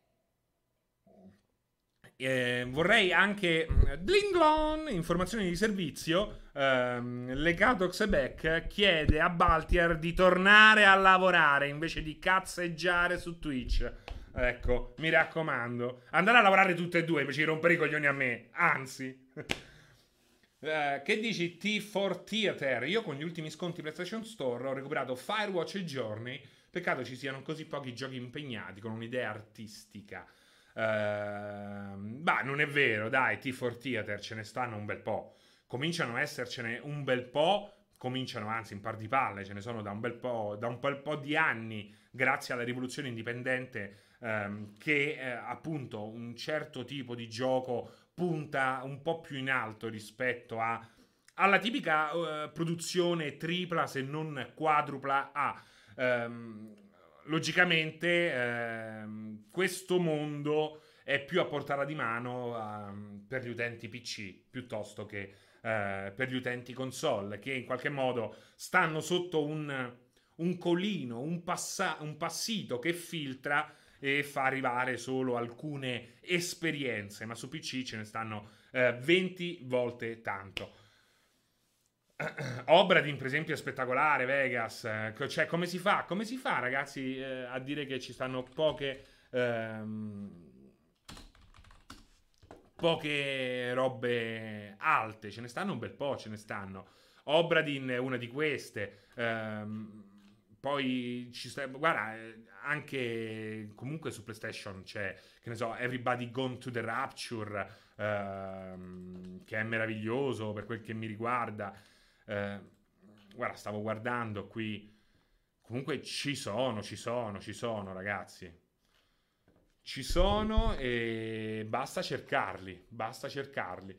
Eh, vorrei anche Dlinglon, informazioni di servizio. ehm, Legato Xebec chiede a Baltier di tornare a lavorare invece di cazzeggiare su Twitch. Ecco, mi raccomando, andare a lavorare tutte e due invece di rompere i coglioni a me, anzi. Uh, che dici T quattro Theater? Io con gli ultimi sconti PlayStation Store ho recuperato Firewatch e Journey. Peccato ci siano così pochi giochi impegnati con un'idea artistica. Uh, bah, non è vero, dai, T quattro Theater ce ne stanno un bel po'. Cominciano a essercene un bel po'. Cominciano anzi un par di palle, ce ne sono da un bel po', da un bel po' di anni, grazie alla rivoluzione indipendente, ehm, che eh, appunto un certo tipo di gioco punta un po' più in alto rispetto a, alla tipica uh, produzione tripla se non quadrupla A. Um, logicamente um, questo mondo è più a portata di mano um, per gli utenti P C piuttosto che uh, per gli utenti console, che in qualche modo stanno sotto un, un colino, un, passa- un passito che filtra e fa arrivare solo alcune esperienze, ma su P C ce ne stanno eh, venti volte tanto. Obradin, per esempio, è spettacolare. Vegas, eh, cioè, come si fa? Come si fa, ragazzi, eh, a dire che ci stanno poche ehm, poche robe alte? Ce ne stanno un bel po', ce ne stanno. Obradin è una di queste. Ehm, poi ci sta, guarda, anche comunque su PlayStation c'è, che ne so, Everybody Gone to the Rapture, ehm, che è meraviglioso per quel che mi riguarda. Eh, guarda, stavo guardando qui. Comunque ci sono, ci sono, ci sono, ragazzi. Ci sono e basta cercarli. Basta cercarli.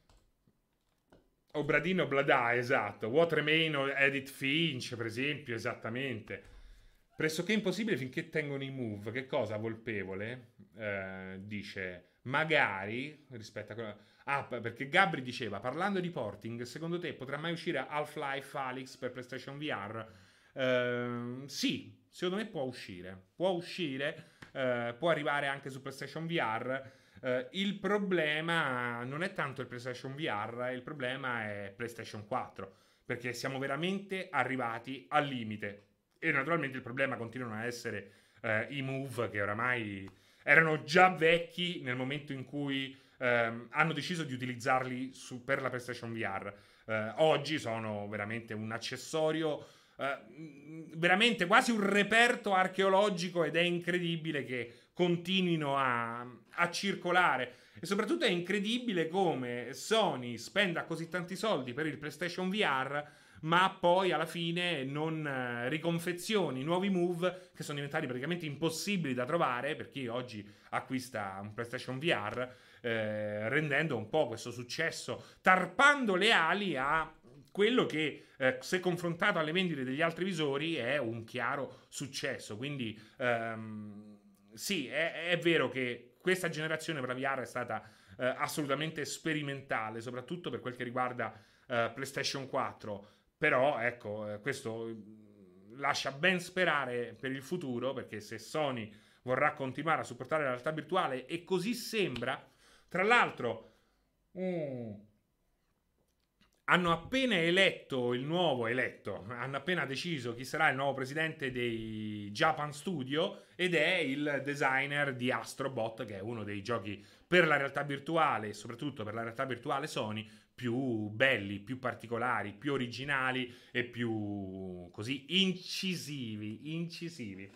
Obradino Bladà, esatto. What Remain of Edith Finch, per esempio, esattamente. Pressoché impossibile finché tengono i move. Che cosa? Volpevole? Eh, dice, magari, rispetto a quello... Ah, perché Gabri diceva, parlando di porting, secondo te potrà mai uscire Half-Life Alyx per PlayStation V R? Uh, sì, secondo me può uscire. Può uscire, uh, può arrivare anche su PlayStation V R. Uh, il problema non è tanto il PlayStation V R, il problema è PlayStation quattro, perché siamo veramente arrivati al limite. E naturalmente il problema continuano a essere uh, i move, che oramai erano già vecchi nel momento in cui Um, hanno deciso di utilizzarli su, per la PlayStation V R. Uh, oggi sono veramente un accessorio, uh, veramente quasi un reperto archeologico, ed è incredibile che continuino a, a circolare. E soprattutto è incredibile come Sony spenda così tanti soldi per il PlayStation V R, ma poi alla fine non uh, riconfezioni nuovi move che sono diventati praticamente impossibili da trovare per chi oggi acquista un PlayStation V R. Eh, rendendo un po' questo successo, tarpando le ali a quello che eh, se confrontato alle vendite degli altri visori è un chiaro successo. Quindi ehm, sì, è, è vero che questa generazione per la V R è stata eh, assolutamente sperimentale, soprattutto per quel che riguarda eh, PlayStation quattro. Però ecco, eh, questo lascia ben sperare per il futuro, perché se Sony vorrà continuare a supportare la realtà virtuale, e così sembra. Tra l'altro, mm, hanno appena eletto il nuovo eletto, hanno appena deciso chi sarà il nuovo presidente dei Japan Studio, ed è il designer di Astrobot, che è uno dei giochi per la realtà virtuale e soprattutto per la realtà virtuale Sony più belli, più particolari, più originali e più così incisivi, incisivi.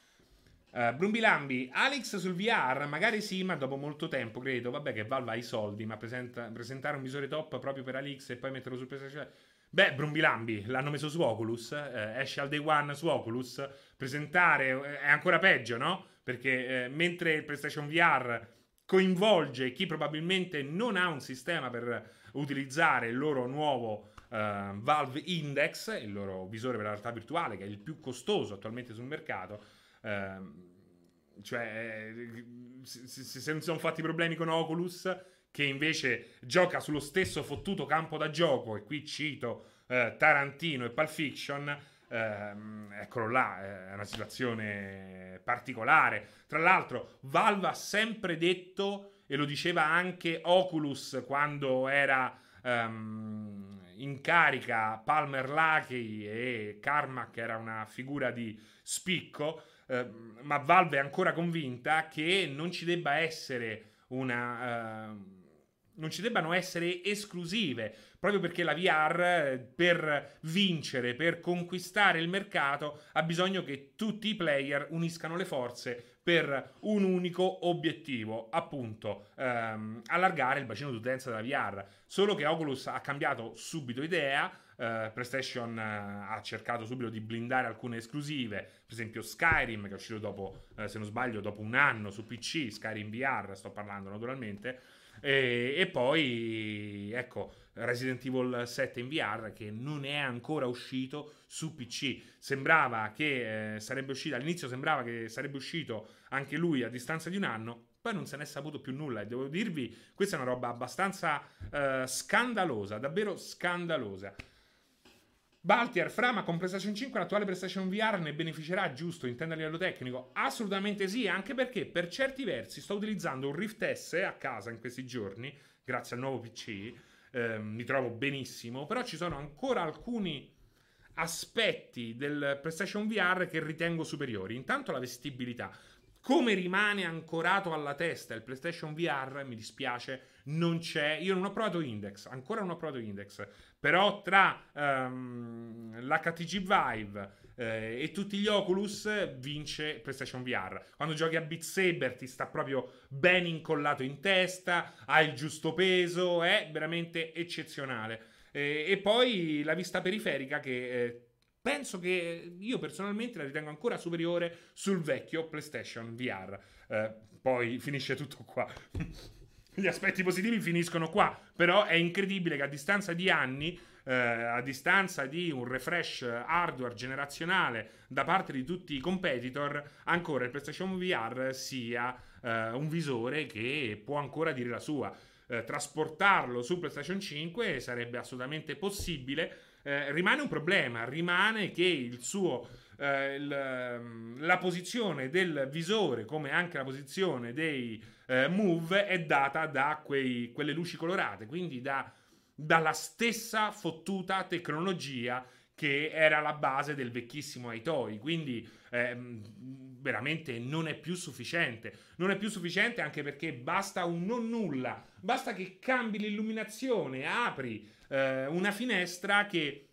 Uh, Brumbilambi, Alex sul V R, magari sì, ma dopo molto tempo, credo. Vabbè che Valve ha i soldi, ma presenta, presentare un visore top proprio per Alex e poi metterlo sul PlayStation. Beh, Brumbilambi, l'hanno messo su Oculus, eh, esce al day one su Oculus. Presentare eh, è ancora peggio, no? Perché eh, mentre il PlayStation V R coinvolge chi probabilmente non ha un sistema per utilizzare il loro nuovo uh, Valve Index, il loro visore per la realtà virtuale, che è il più costoso attualmente sul mercato. Uh, cioè se, se non si sono fatti problemi con Oculus, che invece gioca sullo stesso fottuto campo da gioco, e qui cito uh, Tarantino e Pulp Fiction, uh, eccolo là, è una situazione particolare. Tra l'altro Valve ha sempre detto, e lo diceva anche Oculus quando era um, in carica Palmer Luckey e Carmack era una figura di spicco, Uh, ma Valve è ancora convinta che non ci debba essere una uh, non ci debbano essere esclusive, proprio perché la V R, per vincere, per conquistare il mercato, ha bisogno che tutti i player uniscano le forze per un unico obiettivo, appunto um, allargare il bacino d'utenza della V R. Solo che Oculus ha cambiato subito idea. Uh, PlayStation uh, ha cercato subito di blindare alcune esclusive, per esempio Skyrim, che è uscito dopo, uh, se non sbaglio, dopo un anno su P C, Skyrim V R sto parlando naturalmente, e, e poi ecco Resident Evil sette in V R, che non è ancora uscito su P C. Sembrava che eh, sarebbe uscito, all'inizio sembrava che sarebbe uscito anche lui a distanza di un anno, poi non se n'è saputo più nulla, e devo dirvi, questa è una roba abbastanza uh, scandalosa, davvero scandalosa. Baltier, Fra, ma con PlayStation cinque l'attuale PlayStation V R ne beneficerà, giusto? Intendo a livello tecnico? Assolutamente sì, anche perché per certi versi sto utilizzando un Rift S a casa in questi giorni, grazie al nuovo P C, eh, mi trovo benissimo, però ci sono ancora alcuni aspetti del PlayStation V R che ritengo superiori. Intanto la vestibilità. Come rimane ancorato alla testa il PlayStation V R, mi dispiace, non c'è. Io non ho provato Index, ancora non ho provato Index, però tra um, l'H T C Vive eh, e tutti gli Oculus vince PlayStation V R. Quando giochi a Beat Saber ti sta proprio ben incollato in testa, ha il giusto peso, è veramente eccezionale. Eh, e poi la vista periferica che... Eh, penso che io personalmente la ritengo ancora superiore sul vecchio PlayStation V R. Eh, poi finisce tutto qua. Gli aspetti positivi finiscono qua. Però è incredibile che a distanza di anni, eh, a distanza di un refresh hardware generazionale da parte di tutti i competitor, ancora il PlayStation V R sia eh, un visore che può ancora dire la sua. Eh, trasportarlo su PlayStation cinque sarebbe assolutamente possibile. Eh, rimane un problema, rimane che il suo eh, il, la posizione del visore, come anche la posizione dei eh, Move, è data da quei, quelle luci colorate, quindi da, dalla stessa fottuta tecnologia che era la base del vecchissimo iToy, quindi eh, veramente non è più sufficiente. Non è più sufficiente anche perché basta un non nulla, basta che cambi l'illuminazione, apri eh, una finestra che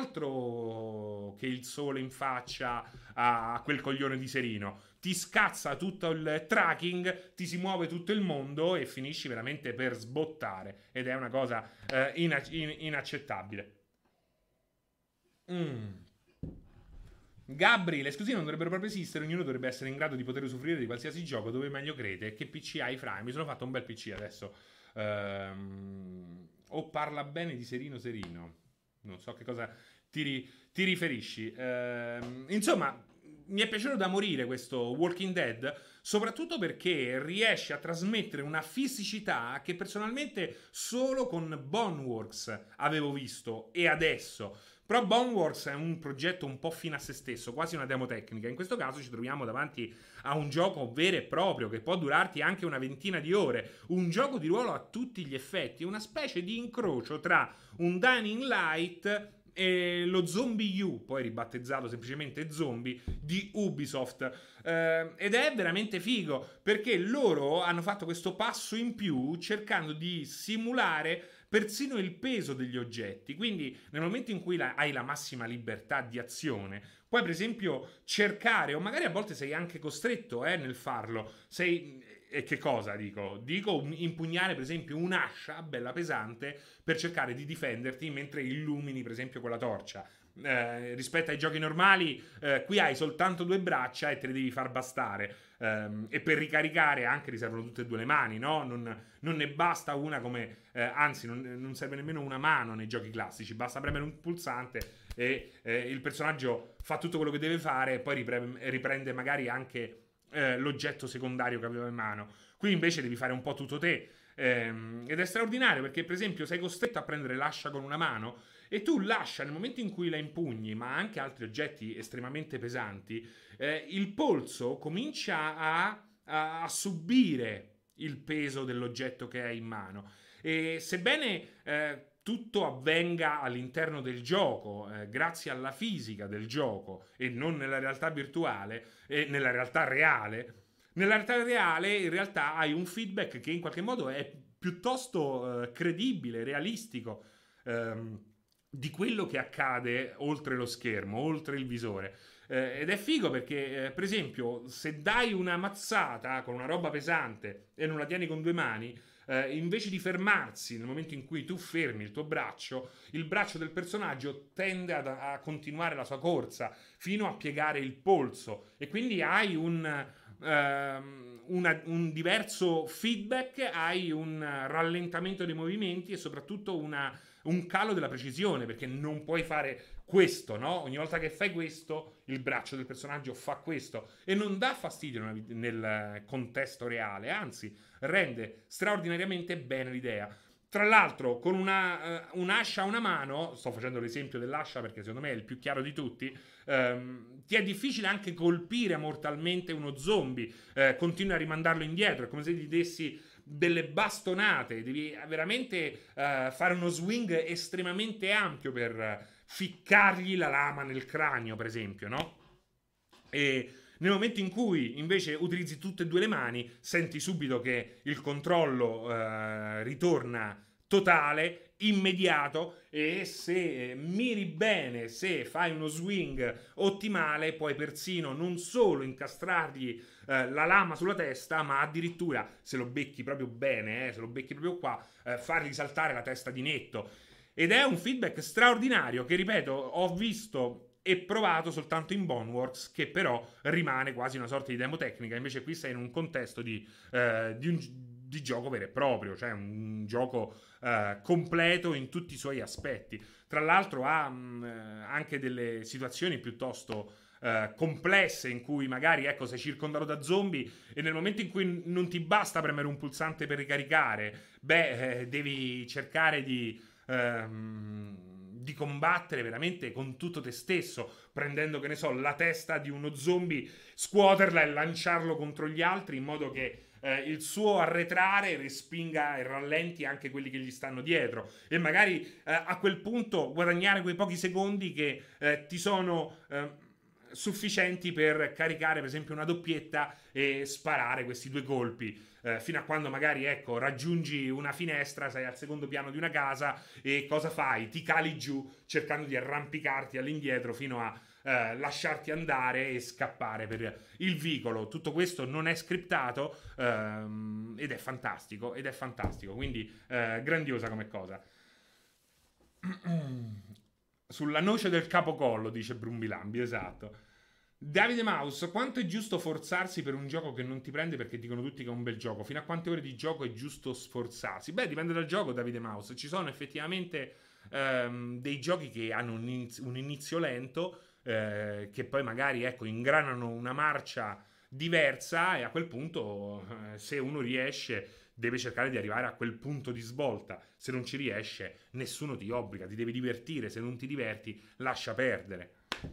altro che il sole in faccia a quel coglione di Serino, ti scazza tutto il tracking, ti si muove tutto il mondo e finisci veramente per sbottare, ed è una cosa eh, inac- in- inaccettabile. Mm. Gabri, le esclusive non dovrebbero proprio esistere, ognuno dovrebbe essere in grado di poter usufruire di qualsiasi gioco dove meglio crede. Che P C hai, Fra? Mi sono fatto un bel P C adesso. Ehm, o parla bene di Serino Serino, non so che cosa ti, ri- ti riferisci. Ehm, insomma, mi è piaciuto da morire questo Walking Dead, soprattutto perché riesce a trasmettere una fisicità che personalmente solo con Boneworks avevo visto, e adesso Però Boneworks è un progetto un po' fine a se stesso, quasi una demo tecnica. In questo caso ci troviamo davanti a un gioco vero e proprio che può durarti anche una ventina di ore, un gioco di ruolo a tutti gli effetti, una specie di incrocio tra un Dying Light e lo Zombie U, poi ribattezzato semplicemente Zombie, di Ubisoft. Eh, ed è veramente figo, perché loro hanno fatto questo passo in più cercando di simulare persino il peso degli oggetti. Quindi nel momento in cui la, hai la massima libertà di azione, puoi per esempio cercare, o magari a volte sei anche costretto eh, nel farlo, sei... E che cosa dico? Dico impugnare per esempio un'ascia bella pesante per cercare di difenderti mentre illumini per esempio quella torcia. Eh, rispetto ai giochi normali, eh, qui hai soltanto due braccia e te le devi far bastare. Um, e per ricaricare anche riservano tutte e due le mani, no? Non, non ne basta una come, eh, anzi, non, non serve nemmeno una mano nei giochi classici, basta premere un pulsante e eh, il personaggio fa tutto quello che deve fare e poi riprende, riprende magari anche eh, l'oggetto secondario che aveva in mano. Qui invece devi fare un po' tutto te. Ehm, ed è straordinario perché, per esempio, sei costretto a prendere l'ascia con una mano e tu l'ascia nel momento in cui la impugni, ma anche altri oggetti estremamente pesanti, eh, il polso comincia a, a, a subire il peso dell'oggetto che hai in mano. E sebbene eh, tutto avvenga all'interno del gioco, eh, grazie alla fisica del gioco e non nella realtà virtuale e nella realtà reale, nella realtà reale in realtà hai un feedback che in qualche modo è piuttosto eh, credibile, realistico, ehm, di quello che accade oltre lo schermo, oltre il visore. Eh, ed è figo perché, eh, per esempio, se dai una mazzata con una roba pesante e non la tieni con due mani, eh, invece di fermarsi nel momento in cui tu fermi il tuo braccio, il braccio del personaggio tende ad, a continuare la sua corsa fino a piegare il polso e quindi hai un... Uh, una, un diverso feedback, hai un rallentamento dei movimenti e soprattutto una, un calo della precisione, perché non puoi fare questo, no? Ogni volta che fai questo, il braccio del personaggio fa questo e non dà fastidio nel, nel contesto reale, anzi rende straordinariamente bene l'idea. Tra l'altro, con una, uh, un'ascia a una mano, sto facendo l'esempio dell'ascia perché secondo me è il più chiaro di tutti, um, ti è difficile anche colpire mortalmente uno zombie, uh, continui a rimandarlo indietro, è come se gli dessi delle bastonate, devi veramente uh, fare uno swing estremamente ampio per ficcargli la lama nel cranio, per esempio, no? E... nel momento in cui invece utilizzi tutte e due le mani, senti subito che il controllo eh, ritorna totale, immediato e se miri bene, se fai uno swing ottimale, puoi persino non solo incastrargli eh, la lama sulla testa, ma addirittura, se lo becchi proprio bene, eh, se lo becchi proprio qua, eh, fargli saltare la testa di netto. Ed è un feedback straordinario che, ripeto, ho visto e provato soltanto in Boneworks, che però rimane quasi una sorta di demo tecnica. Invece qui sei in un contesto di, eh, di, un, di gioco vero e proprio, cioè un gioco eh, completo in tutti i suoi aspetti. Tra l'altro ha mh, anche delle situazioni piuttosto eh, complesse in cui magari, ecco, sei circondato da zombie e nel momento in cui non ti basta premere un pulsante per ricaricare, beh, eh, devi cercare di... Ehm, di combattere veramente con tutto te stesso, prendendo, che ne so, la testa di uno zombie, scuoterla e lanciarlo contro gli altri in modo che eh, il suo arretrare respinga e rallenti anche quelli che gli stanno dietro e magari eh, a quel punto guadagnare quei pochi secondi che eh, ti sono eh, sufficienti per caricare per esempio una doppietta e sparare questi due colpi. Eh, fino a quando magari, ecco, raggiungi una finestra, sei al secondo piano di una casa e cosa fai? Ti cali giù cercando di arrampicarti all'indietro fino a eh, lasciarti andare e scappare per il vicolo. Tutto questo non è scriptato ehm, ed è fantastico, ed è fantastico, quindi eh, grandiosa come cosa. Sulla noce del capocollo, dice Brumbilambi, esatto. Davide Mouse, quanto è giusto forzarsi per un gioco che non ti prende perché dicono tutti che è un bel gioco? Fino a quante ore di gioco è giusto sforzarsi? Beh, dipende dal gioco, Davide Mouse. Ci sono effettivamente ehm, dei giochi che hanno un inizio, un inizio lento, eh, che poi magari, ecco, ingranano una marcia diversa e a quel punto, eh, se uno riesce, deve cercare di arrivare a quel punto di svolta. Se non ci riesce, nessuno ti obbliga, ti devi divertire. Se non ti diverti, lascia perdere.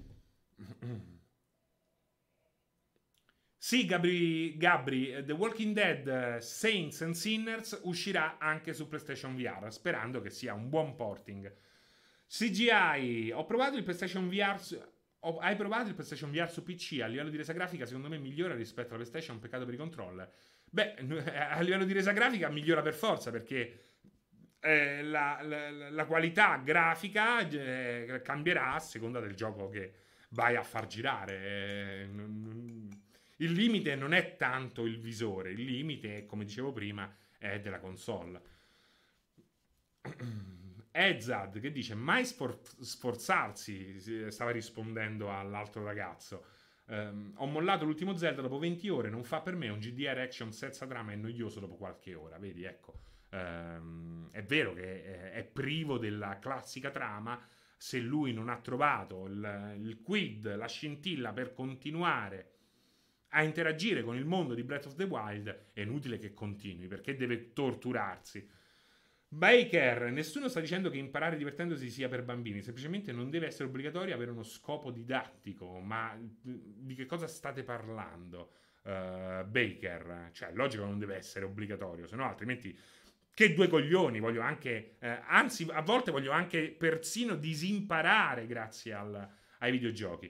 Sì, Gabri, Gabri, The Walking Dead Saints and Sinners uscirà anche su PlayStation V R, sperando che sia un buon porting. C G I, ho provato il PlayStation V R su, ho, hai provato il PlayStation V R su P C? A livello di resa grafica secondo me migliora rispetto alla PlayStation, peccato per i controller. Beh, a livello di resa grafica migliora per forza, perché eh, la, la, la qualità grafica eh, cambierà a seconda del gioco che vai a far girare. Eh, il limite non è tanto il visore, il limite, come dicevo prima, è della console. Ezad che dice mai sfor- sforzarsi, stava rispondendo all'altro ragazzo. Um, ho mollato l'ultimo Zelda dopo venti ore, non fa per me, un G D R action senza trama è noioso dopo qualche ora, vedi, ecco. Um, è vero che è, è privo della classica trama. Se lui non ha trovato il, il quid, la scintilla per continuare a interagire con il mondo di Breath of the Wild, è inutile che continui, perché deve torturarsi. Baker, nessuno sta dicendo che imparare divertendosi sia per bambini, semplicemente non deve essere obbligatorio avere uno scopo didattico. Ma di che cosa state parlando? Uh, Baker, cioè logico non deve essere obbligatorio, se no altrimenti che due coglioni, voglio anche, eh, anzi a volte voglio anche persino disimparare grazie al, ai videogiochi.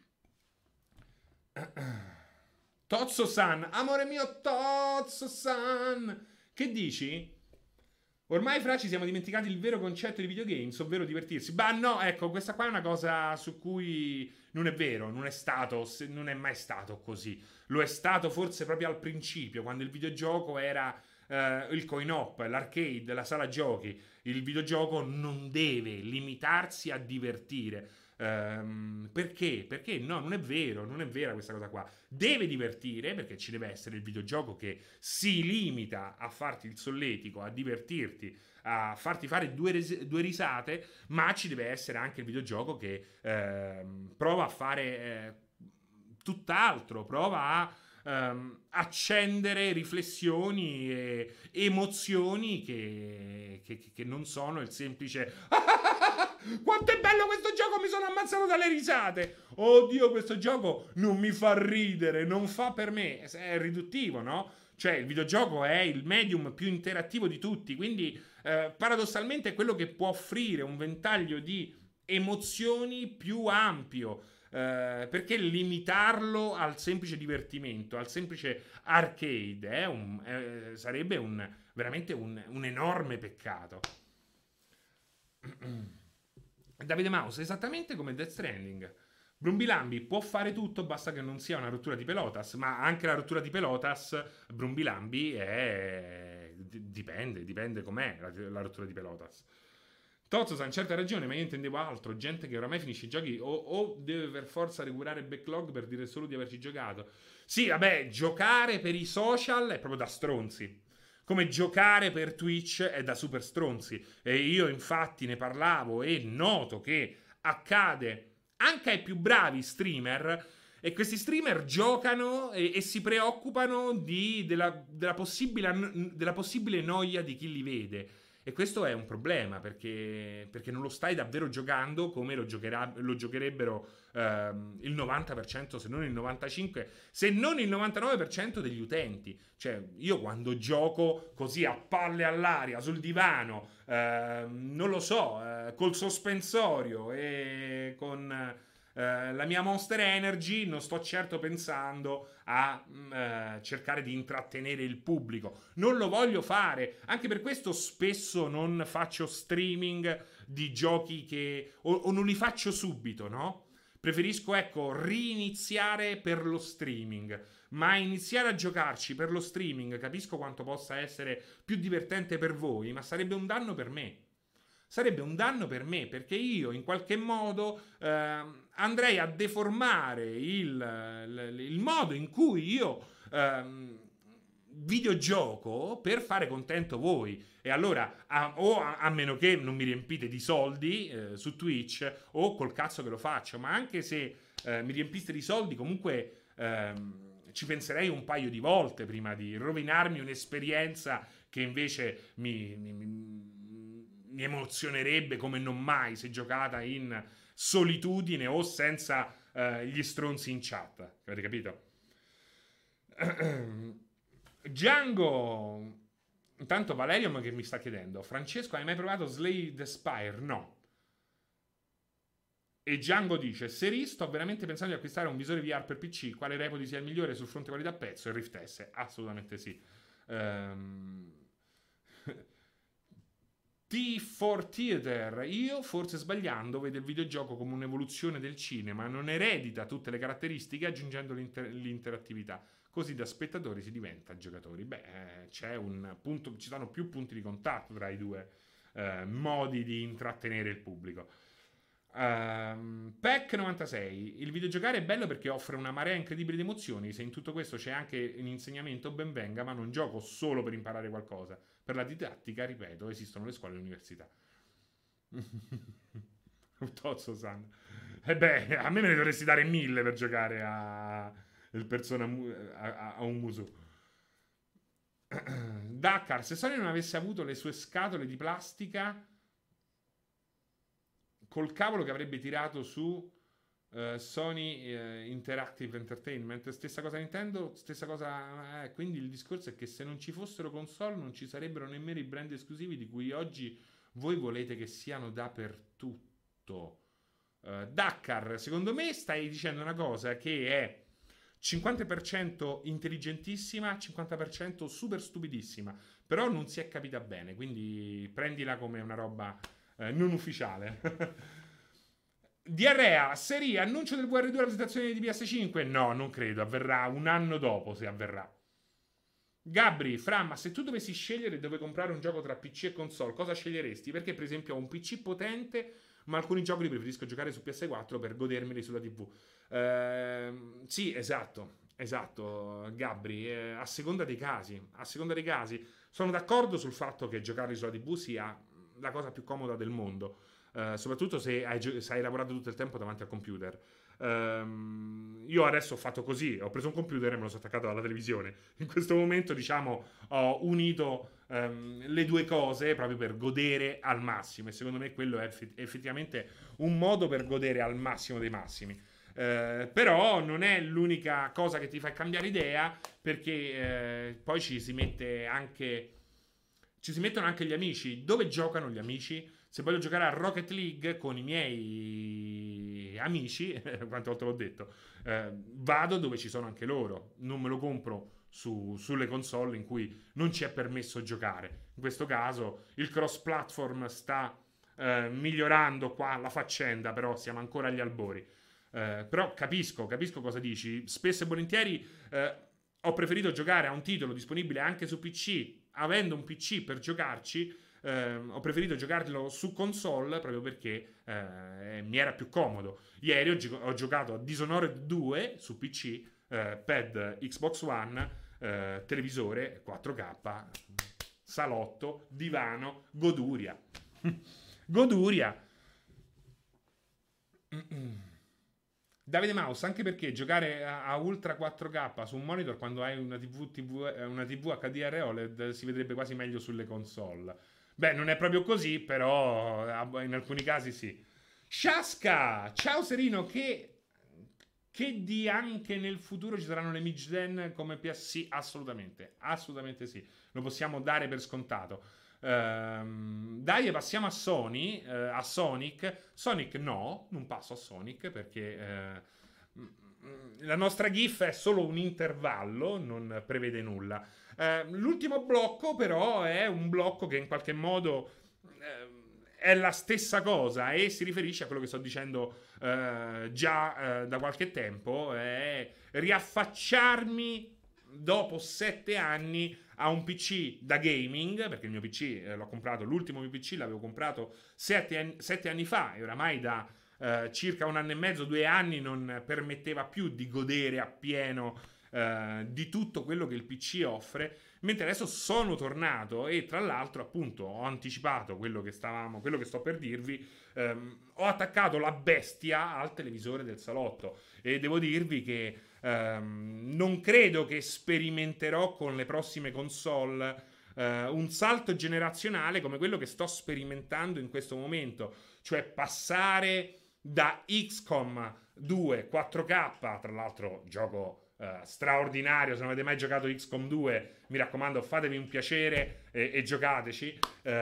Tozzo-san, amore mio Tozzo-san, che dici? Ormai, fra, ci siamo dimenticati il vero concetto di videogames, ovvero divertirsi. Bah no, ecco, questa qua è una cosa su cui non è vero, non è stato, non è mai stato così. Lo è stato forse proprio al principio, quando il videogioco era eh, il coin-op, l'arcade, la sala giochi. Il videogioco non deve limitarsi a divertire. Um, perché? Perché no, non è vero, non è vera questa cosa qua. Deve divertire, perché ci deve essere il videogioco che si limita a farti il solletico, a divertirti, a farti fare due, res- due risate, ma ci deve essere anche il videogioco che ehm, prova a fare eh, tutt'altro, prova a ehm, accendere riflessioni e emozioni che, che, che non sono il semplice quanto è bello questo gioco, mi sono ammazzato dalle risate. Oddio, questo gioco non mi fa ridere, non fa per me. È riduttivo, no? Cioè, il videogioco è il medium più interattivo di tutti, quindi eh, paradossalmente è quello che può offrire un ventaglio di emozioni più ampio. Eh, perché limitarlo al semplice divertimento, al semplice arcade, è un, eh, sarebbe un, veramente un, un enorme peccato. Davide Mouse, esattamente come Death Stranding. Brumbilambi può fare tutto, basta che non sia una rottura di Pelotas, ma anche la rottura di Pelotas, Brumbilambi è... dipende, dipende com'è la, la rottura di Pelotas. Tozzo-san, certa ragione, ma io intendevo altro, gente che oramai finisce i giochi o, o deve per forza recuperare il backlog per dire solo di averci giocato. Sì, vabbè, giocare per i social è proprio da stronzi. Come giocare per Twitch è da super stronzi. E io infatti ne parlavo e noto che accade anche ai più bravi streamer. E questi streamer giocano e, e si preoccupano di, della, della, possibile, della possibile noia di chi li vede. E questo è un problema, perché, perché non lo stai davvero giocando come lo, giocherà, lo giocherebbero ehm, il novanta per cento, se non il novantacinque per cento, se non il novantanove per cento degli utenti. Cioè, io quando gioco così a palle all'aria, sul divano, ehm, non lo so, eh, col sospensorio e con... Uh, la mia Monster Energy, non sto certo pensando a uh, cercare di intrattenere il pubblico, non lo voglio fare, anche per questo spesso non faccio streaming di giochi che o, o non li faccio subito, no? Preferisco, ecco, riniziare per lo streaming, ma iniziare a giocarci per lo streaming capisco quanto possa essere più divertente per voi, ma sarebbe un danno per me. Sarebbe un danno per me, perché io in qualche modo eh, andrei a deformare il, il, il modo in cui io eh, videogioco per fare contento voi. E allora, a, o a, a meno che non mi riempite di soldi eh, su Twitch, o col cazzo che lo faccio, ma anche se eh, mi riempiste di soldi, comunque... Eh, ci penserei un paio di volte prima di rovinarmi un'esperienza che invece mi, mi, mi emozionerebbe come non mai se giocata in solitudine o senza uh, gli stronzi in chat. Avete capito? Django. Intanto Valerium che mi sta chiedendo: Francesco, hai mai provato Slay the Spire? No. E Django dice: Seri, sto veramente pensando di acquistare un visore V R per P C. Quale reputi sia il migliore sul fronte qualità prezzo? Il Rift S. Assolutamente sì. um... T quattro Theater. Io, forse sbagliando, vedo il videogioco come un'evoluzione del cinema, non eredita tutte le caratteristiche aggiungendo l'inter- l'interattività, così da spettatori si diventa giocatori. Beh, c'è un punto, ci sono più punti di contatto tra i due eh, modi di intrattenere il pubblico. Um, P E C novantasei. Il videogiocare è bello perché offre una marea incredibile di emozioni. Se in tutto questo c'è anche un insegnamento, ben venga, ma non gioco solo per imparare qualcosa. Per la didattica, ripeto, esistono le scuole e le università. Tozzo san. E beh, a me me ne dovresti dare mille per giocare a il persona a, a un Musou. Dakar, se Sony non avesse avuto le sue scatole di plastica col cavolo che avrebbe tirato su uh, Sony uh, Interactive Entertainment, stessa cosa Nintendo, stessa cosa eh, quindi il discorso è che se non ci fossero console non ci sarebbero nemmeno i brand esclusivi di cui oggi voi volete che siano dappertutto. uh, Dakar, secondo me stai dicendo una cosa che è cinquanta per cento intelligentissima, cinquanta per cento super stupidissima, però non si è capita bene, quindi prendila come una roba Eh, non ufficiale. Diarrea, Seri, annuncio del V R due alla presentazione di P S cinque? No, non credo, avverrà un anno dopo se avverrà. Gabri, Fra, ma se tu dovessi scegliere dove comprare un gioco tra P C e console, cosa sceglieresti? Perché per esempio ho un P C potente, ma alcuni giochi li preferisco giocare su P S quattro per godermeli sulla tivù. Eh, sì, esatto, esatto, Gabri, eh, a seconda dei casi, a seconda dei casi. Sono d'accordo sul fatto che giocarli sulla tivù sia la cosa più comoda del mondo, uh, soprattutto se hai, se hai lavorato tutto il tempo davanti al computer. Um, io adesso ho fatto così, ho preso un computer e me lo sono attaccato alla televisione. In questo momento, diciamo, ho unito um, le due cose proprio per godere al massimo, e secondo me quello è eff- effettivamente un modo per godere al massimo dei massimi. Uh, però non è l'unica cosa che ti fa cambiare idea, perché uh, poi ci si mette anche ci si mettono anche gli amici. Dove giocano gli amici? Se voglio giocare a Rocket League con i miei amici, quante volte l'ho detto, eh, vado dove ci sono anche loro. Non me lo compro su, sulle console in cui non ci è permesso giocare. In questo caso il cross platform sta eh, migliorando qua la faccenda, però siamo ancora agli albori. Eh, però capisco, capisco cosa dici. Spesso e volentieri eh, ho preferito giocare a un titolo disponibile anche su P C, avendo un P C per giocarci. eh, ho preferito giocarlo su console proprio perché eh, mi era più comodo. Ieri ho, gi- ho giocato a Dishonored due su P C, eh, pad Xbox One, eh, televisore quattro K, salotto, divano, goduria. Goduria. Davide Mouse, anche perché giocare a, a Ultra quattro K su un monitor quando hai una TV, TV, una T V H D R O L E D si vedrebbe quasi meglio sulle console. Beh, non è proprio così, però in alcuni casi sì. Shaska! Ciao Serino, che, che di anche nel futuro ci saranno le mid-gen come P S? Sì, assolutamente, assolutamente sì. Lo possiamo dare per scontato. Uh, dai, passiamo a Sony, uh, a Sonic. Sonic no, non passo a Sonic perché uh, la nostra GIF è solo un intervallo, non prevede nulla. Uh, l'ultimo blocco però è un blocco che in qualche modo uh, è la stessa cosa e si riferisce a quello che sto dicendo uh, già uh, da qualche tempo, è riaffacciarmi dopo sette anni a un P C da gaming, perché il mio P C eh, l'ho comprato, l'ultimo mio P C l'avevo comprato sette anni, sette anni fa e oramai da eh, circa un anno e mezzo, due anni non permetteva più di godere appieno eh, di tutto quello che il P C offre, mentre adesso sono tornato e tra l'altro appunto ho anticipato quello che stavamo, quello che sto per dirvi, ehm, ho attaccato la bestia al televisore del salotto e devo dirvi che ehm, non credo che sperimenterò con le prossime console eh, un salto generazionale come quello che sto sperimentando in questo momento, cioè passare da X COM due quattro K, tra l'altro gioco Uh, straordinario. Se non avete mai giocato X COM due, mi raccomando, fatevi un piacere e, e giocateci.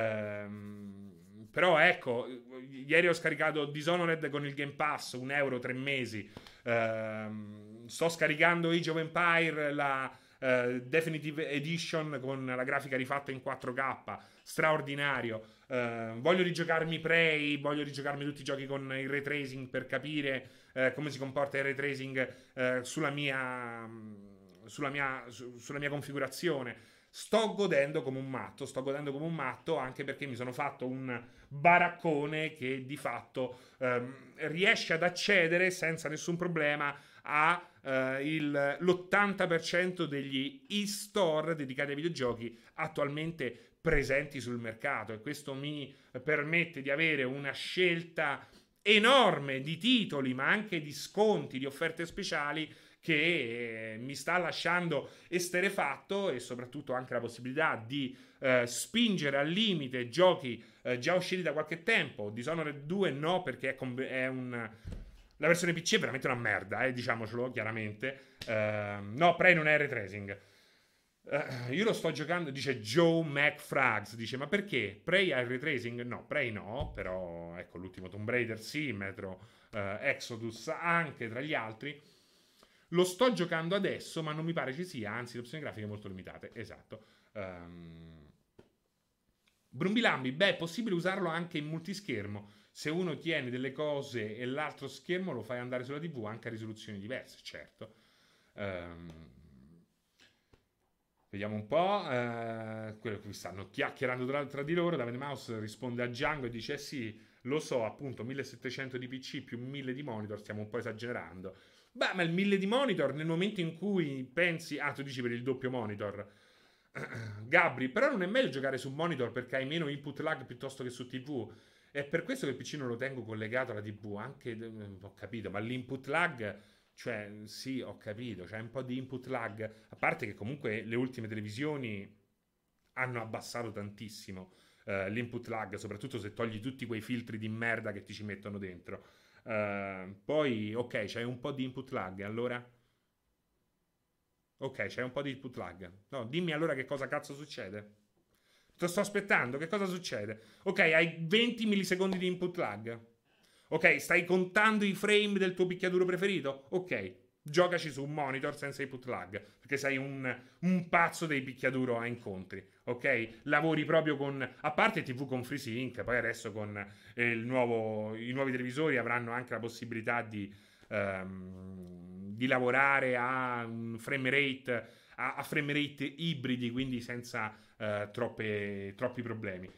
Uh, però ecco, ieri ho scaricato Dishonored con il Game Pass, un euro, tre mesi. Uh, sto scaricando Age of Empire, la uh, Definitive Edition con la grafica rifatta in quattro K, straordinario. Uh, voglio rigiocarmi Prey, voglio rigiocarmi tutti i giochi con il ray tracing per capire eh, come si comporta il ray tracing eh, sulla mia sulla mia, su, sulla mia configurazione. Sto godendo come un matto, sto godendo come un matto anche perché mi sono fatto un baraccone che di fatto ehm, riesce ad accedere senza nessun problema a eh, il, l'ottanta per cento degli e-store dedicati ai videogiochi attualmente presenti sul mercato, e questo mi permette di avere una scelta enorme di titoli, ma anche di sconti, di offerte speciali, che eh, mi sta lasciando esterrefatto, e soprattutto anche la possibilità di eh, spingere al limite giochi eh, già usciti da qualche tempo. Dishonored due no, perché è, com- è un... la versione P C è veramente una merda, eh, diciamocelo chiaramente. Uh, no, Prey non è ray tracing. Uh, io lo sto giocando, dice Joe McFrags, dice ma perché? Prey ha il ray tracing? No, Prey no, però ecco l'ultimo Tomb Raider sì, Metro uh, Exodus anche tra gli altri. Lo sto giocando adesso, ma non mi pare ci sia, anzi le opzioni grafiche molto limitate, esatto. um... Brumbilambi, beh, è possibile usarlo anche in multischermo. Se uno tiene delle cose e l'altro schermo lo fai andare sulla tivù anche a risoluzioni diverse, certo. um... Vediamo un po', eh, quello che stanno chiacchierando tra, tra di loro. Davide Mouse risponde a Django e dice: eh sì, lo so, appunto, millesettecento di P C più mille di monitor, stiamo un po' esagerando. Beh, ma il mille di monitor, nel momento in cui pensi... Ah, tu dici per il doppio monitor. Gabri, però non è meglio giocare su monitor perché hai meno input lag piuttosto che su tivù. È per questo che il P C non lo tengo collegato alla tivù, anche... Ho capito, ma l'input lag... Cioè, sì, ho capito, c'è un po' di input lag, a parte che comunque le ultime televisioni hanno abbassato tantissimo eh, l'input lag, soprattutto se togli tutti quei filtri di merda che ti ci mettono dentro. Uh, poi, ok, c'è un po' di input lag, allora? Ok, c'è un po' di input lag. No, dimmi allora che cosa cazzo succede. Ti sto aspettando, che cosa succede? Ok, hai venti millisecondi di input lag. Ok, stai contando i frame del tuo picchiaduro preferito? Ok, giocaci su un monitor senza input lag, perché sei un, un pazzo dei picchiaduro a incontri, ok? Lavori proprio con... a parte tivù con FreeSync, poi adesso con eh, il nuovo, i nuovi televisori avranno anche la possibilità di, um, di lavorare a un frame rate, a, a frame rate ibridi, quindi senza uh, troppe, troppi problemi.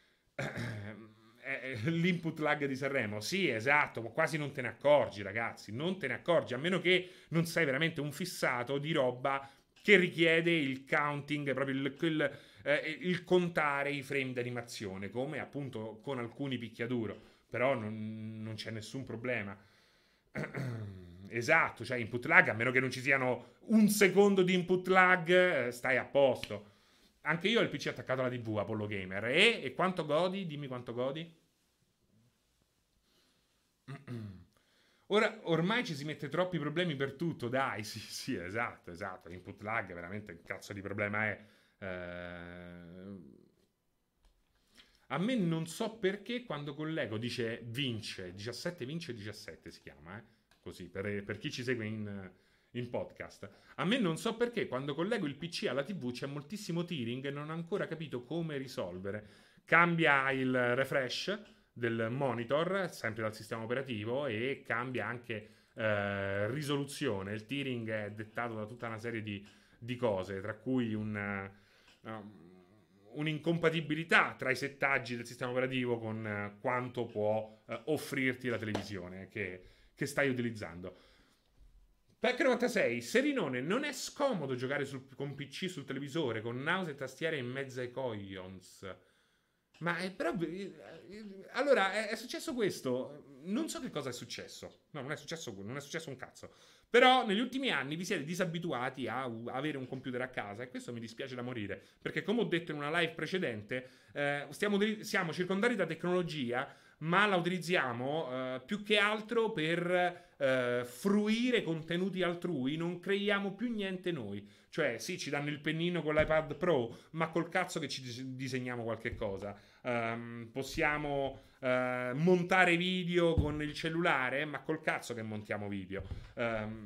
L'input lag di Sanremo, sì, esatto, ma quasi non te ne accorgi, ragazzi, non te ne accorgi, a meno che non sei veramente un fissato di roba che richiede il counting, proprio il, il, eh, il contare i frame d'animazione, come appunto con alcuni picchiaduro, però non, non c'è nessun problema. Esatto, cioè input lag, a meno che non ci siano un secondo di input lag, stai a posto. Anche io ho il P C attaccato alla tivù, Apollo Gamer. E, e quanto godi? Dimmi quanto godi. Ora, ormai ci si mette troppi problemi per tutto, dai. Sì, sì, esatto, esatto. L'input lag veramente che cazzo di problema è. Eh... A me non so perché quando collego dice vince, diciassette vince diciassette si chiama, eh? Così, per, per chi ci segue in... in podcast. A me non so perché quando collego il P C alla tivù c'è moltissimo tearing e non ho ancora capito come risolvere. Cambia il refresh del monitor, sempre dal sistema operativo, e cambia anche eh, risoluzione. Il tearing è dettato da tutta una serie di, di cose, tra cui un, uh, un'incompatibilità tra i settaggi del sistema operativo con uh, quanto può uh, offrirti la televisione che, che stai utilizzando. Pack novantasei, Serinone, non è scomodo giocare sul, con P C sul televisore con nausea e tastiere in mezzo ai coglions. Ma è però. eh, eh, Allora, è, è successo questo. Non so che cosa è successo. No, non è successo, non è successo un cazzo. Però negli ultimi anni vi siete disabituati a u- avere un computer a casa e questo mi dispiace da morire. Perché, come ho detto in una live precedente, eh, stiamo, siamo circondati da tecnologia, ma la utilizziamo eh, più che altro per eh, fruire contenuti altrui, non creiamo più niente noi. Cioè, sì, ci danno il pennino con l'iPad Pro, ma col cazzo che ci dis- disegniamo qualche cosa. Um, possiamo uh, montare video con il cellulare, ma col cazzo che montiamo video. Um,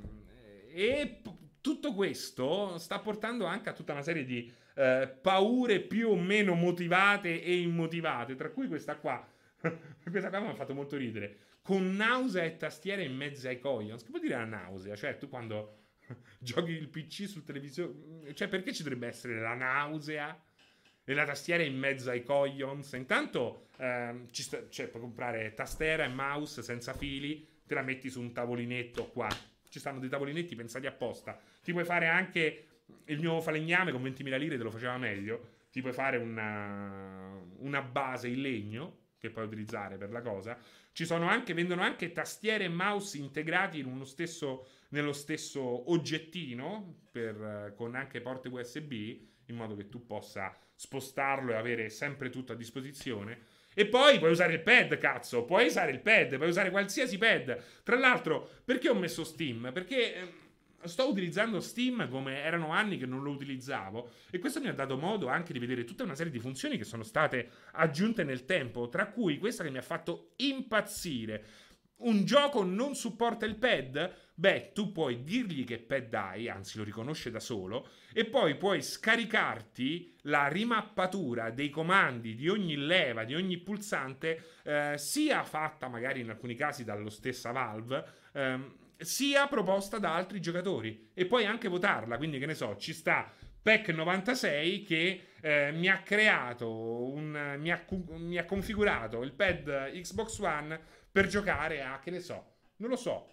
e p- tutto questo sta portando anche a tutta una serie di uh, paure più o meno motivate e immotivate, tra cui questa qua. Questa qua mi ha fatto molto ridere. Con nausea e tastiera in mezzo ai coglions. Che vuol dire la nausea? Cioè, tu quando giochi il P C sul televisore, cioè, perché ci dovrebbe essere la nausea e la tastiera in mezzo ai coglions? Intanto ehm, ci sta, cioè, puoi comprare tastiera e mouse senza fili, te la metti su un tavolinetto qua. Ci stanno dei tavolinetti pensati apposta. Ti puoi fare anche il mio falegname con ventimila lire, te lo faceva meglio. Ti puoi fare una, una base in legno che puoi utilizzare per la cosa. Ci sono anche, vendono anche tastiere e mouse integrati in uno stesso, nello stesso oggettino per, con anche porte U S B, in modo che tu possa spostarlo e avere sempre tutto a disposizione. E poi puoi usare il pad, cazzo, puoi usare il pad, puoi usare qualsiasi pad. Tra l'altro, perché ho messo Steam? Perché eh, sto utilizzando Steam come erano anni che non lo utilizzavo e questo mi ha dato modo anche di vedere tutta una serie di funzioni che sono state aggiunte nel tempo, tra cui questa che mi ha fatto impazzire. Un gioco non supporta il pad? Beh, tu puoi dirgli che pad hai, anzi lo riconosce da solo, e poi puoi scaricarti la rimappatura dei comandi di ogni leva, di ogni pulsante, eh, sia fatta magari in alcuni casi dallo stessa Valve, ehm, sia proposta da altri giocatori. E puoi anche votarla, quindi che ne so, ci sta Pack novantasei che eh, mi ha creato, un, mi, ha, mi ha configurato il pad Xbox One per giocare a, che ne so, non lo so,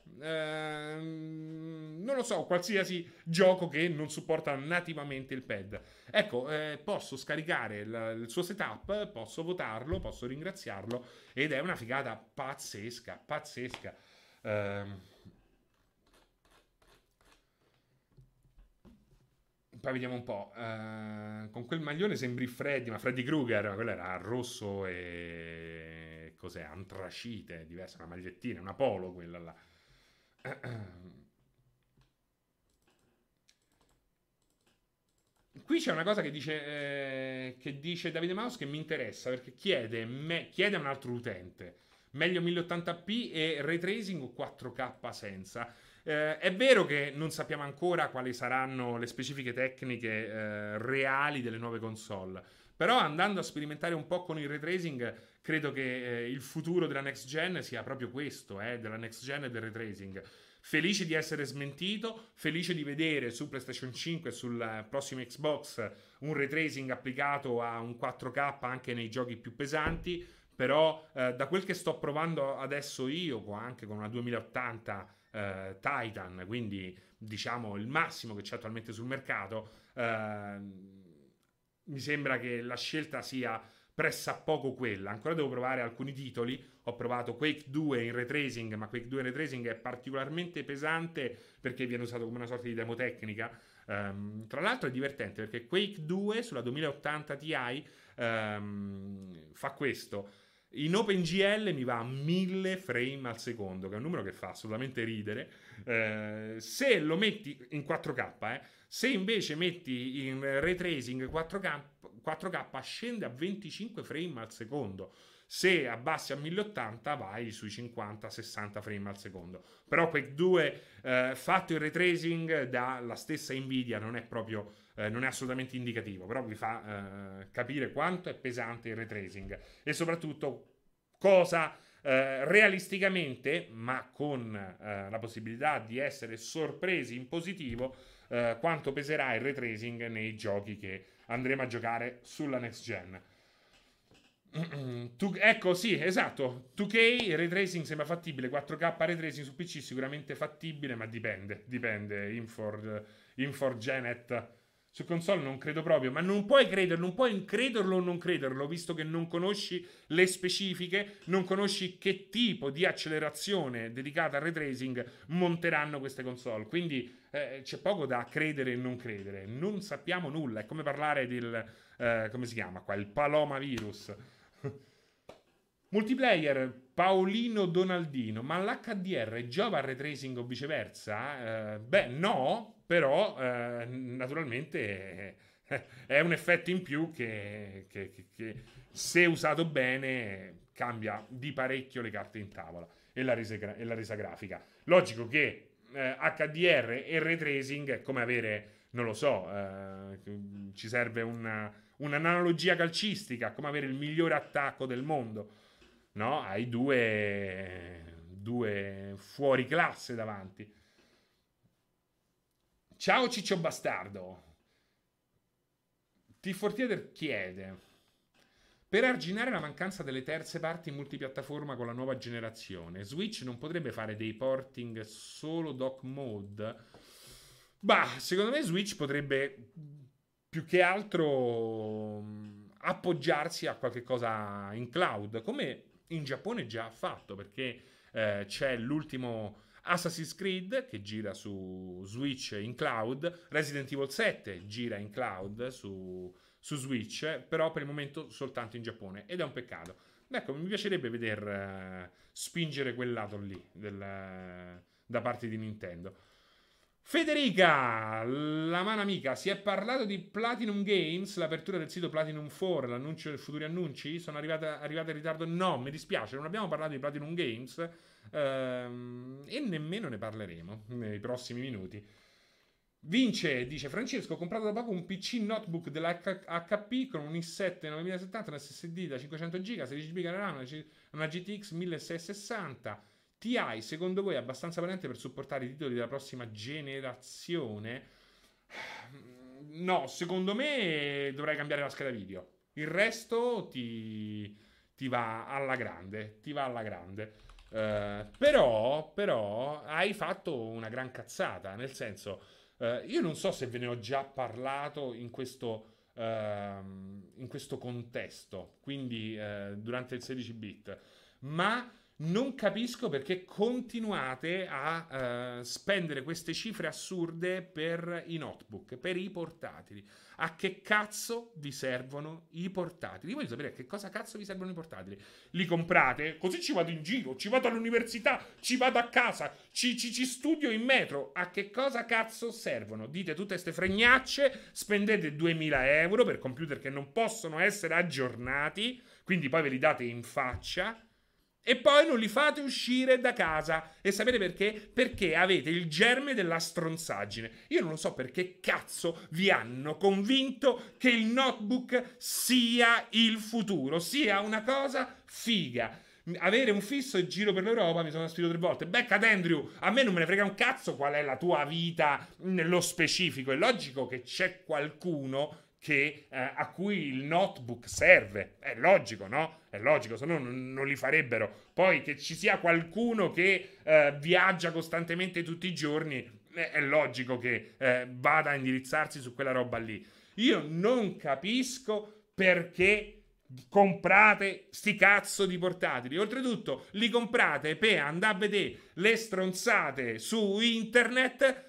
ehm, non lo so, qualsiasi gioco che non supporta nativamente il pad. Ecco, eh, posso scaricare il, il suo setup, posso votarlo, posso ringraziarlo ed è una figata pazzesca, pazzesca. Ehm, Poi vediamo un po'. Eh, con quel maglione sembri Freddy, ma Freddy Krueger, ma quello era rosso e. Cos'è? Antracite, diversa, una magliettina, una polo quella là. Qui c'è una cosa che dice, eh, che dice Davide Maus che mi interessa perché chiede, me, chiede a un altro utente meglio mille ottanta p e ray tracing o quattro K senza. Eh, è vero che non sappiamo ancora quali saranno le specifiche tecniche eh, reali delle nuove console, però andando a sperimentare un po' con il ray tracing credo che eh, il futuro della next gen sia proprio questo, eh, della next gen e del ray tracing. Felice di essere smentito, felice di vedere su PlayStation cinque e sul prossimo Xbox un ray tracing applicato a un quattro K anche nei giochi più pesanti, però eh, da quel che sto provando adesso io, anche con una duemila ottanta eh, Titan, quindi diciamo il massimo che c'è attualmente sul mercato, eh, mi sembra che la scelta sia pressappoco quella. Ancora devo provare alcuni titoli. Ho provato Quake due in ray tracing, ma Quake due in ray tracing è particolarmente pesante perché viene usato come una sorta di demo tecnica. Um, tra l'altro è divertente perché Quake due sulla duemila ottanta Ti um, fa questo. In OpenGL mi va a mille frame al secondo, che è un numero che fa assolutamente ridere. Eh, se lo metti in quattro K, eh, se invece metti in ray tracing quattro K, quattro K scende a venticinque frame al secondo. Se abbassi a mille ottanta vai sui cinquanta sessanta frame al secondo. Però Quake due eh, fatto in ray tracing dalla stessa Nvidia non è proprio eh, non è assolutamente indicativo, però vi fa eh, capire quanto è pesante il ray tracing e soprattutto cosa eh, realisticamente, ma con eh, la possibilità di essere sorpresi in positivo, eh, quanto peserà il ray tracing nei giochi che andremo a giocare sulla next gen. Tu, ecco, sì, esatto. due K ray tracing sembra fattibile. quattro K ray tracing su P C sicuramente fattibile, ma dipende. Dipende. Infor, Infor Genet. Su console non credo proprio, ma non puoi crederlo, non puoi crederlo o non crederlo, visto che non conosci le specifiche, non conosci che tipo di accelerazione dedicata al ray tracing monteranno queste console. Quindi eh, c'è poco da credere e non credere. Non sappiamo nulla. È come parlare del eh, come si chiama qua? Il Paloma virus. Multiplayer Paolino Donaldino, ma l'H D R giova al ray tracing o viceversa? Eh, beh, no, però eh, naturalmente eh, è un effetto in più che, che, che, che se usato bene cambia di parecchio le carte in tavola e la resa, e la resa grafica. Logico che eh, H D R e ray tracing è come avere, non lo so, eh, ci serve una, un'analogia calcistica, come avere il migliore attacco del mondo. No, hai due, due fuori classe davanti. Ciao Ciccio Bastardo. T quattro Theater chiede: per arginare la mancanza delle terze parti multipiattaforma con la nuova generazione, Switch non potrebbe fare dei porting solo dock mode? Bah, secondo me Switch potrebbe più che altro appoggiarsi a qualche cosa in cloud, come in Giappone già ha fatto, perché eh, c'è l'ultimo Assassin's Creed che gira su Switch in cloud, Resident Evil sette gira in cloud su, su Switch, però per il momento soltanto in Giappone, ed è un peccato. Ecco, mi piacerebbe veder uh, spingere quel lato lì del, uh, da parte di Nintendo. Federica, la mano amica, si è parlato di Platinum Games, l'apertura del sito Platinum quattro, l'annuncio dei futuri annunci? Sono arrivate, arrivate in ritardo? No, mi dispiace, non abbiamo parlato di Platinum Games ehm, e nemmeno ne parleremo nei prossimi minuti. Vince, dice Francesco, ho comprato da poco un P C notebook della H P con un i sette novemilasettanta, un S S D da cinquecento giga, sedici giga RAM, una G T X milleseicentosessanta. Ti hai, secondo voi, abbastanza potente per supportare i titoli della prossima generazione? No, secondo me dovrai cambiare la scheda video. Il resto ti, ti va alla grande. Ti va alla grande. Uh, però, però, hai fatto una gran cazzata. Nel senso, uh, io non so se ve ne ho già parlato in questo, uh, in questo contesto, quindi uh, durante il sedici bit, ma non capisco perché continuate a uh, spendere queste cifre assurde per i notebook, per i portatili. A che cazzo vi servono i portatili? Io voglio sapere a che cosa cazzo vi servono i portatili. Li comprate? Così ci vado in giro, ci vado all'università, ci vado a casa, ci, ci, ci studio in metro. A che cosa cazzo servono? Dite tutte ste fregnacce, spendete duemila euro per computer che non possono essere aggiornati, quindi poi ve li date in faccia e poi non li fate uscire da casa. E sapete perché? Perché avete il germe della stronzaggine. Io non lo so perché cazzo vi hanno convinto che il notebook sia il futuro, sia una cosa figa. Avere un fisso e giro per l'Europa, mi sono scritto tre volte. Becca Andrew, a me non me ne frega un cazzo qual è la tua vita nello specifico. È logico che c'è qualcuno che, eh, a cui il notebook serve. È logico, no? È logico, se no non, non li farebbero. Poi che ci sia qualcuno che eh, viaggia costantemente tutti i giorni, eh, è logico che eh, vada a indirizzarsi su quella roba lì. Io non capisco perché comprate sti cazzo di portatili. Oltretutto li comprate per andare a vedere le stronzate su internet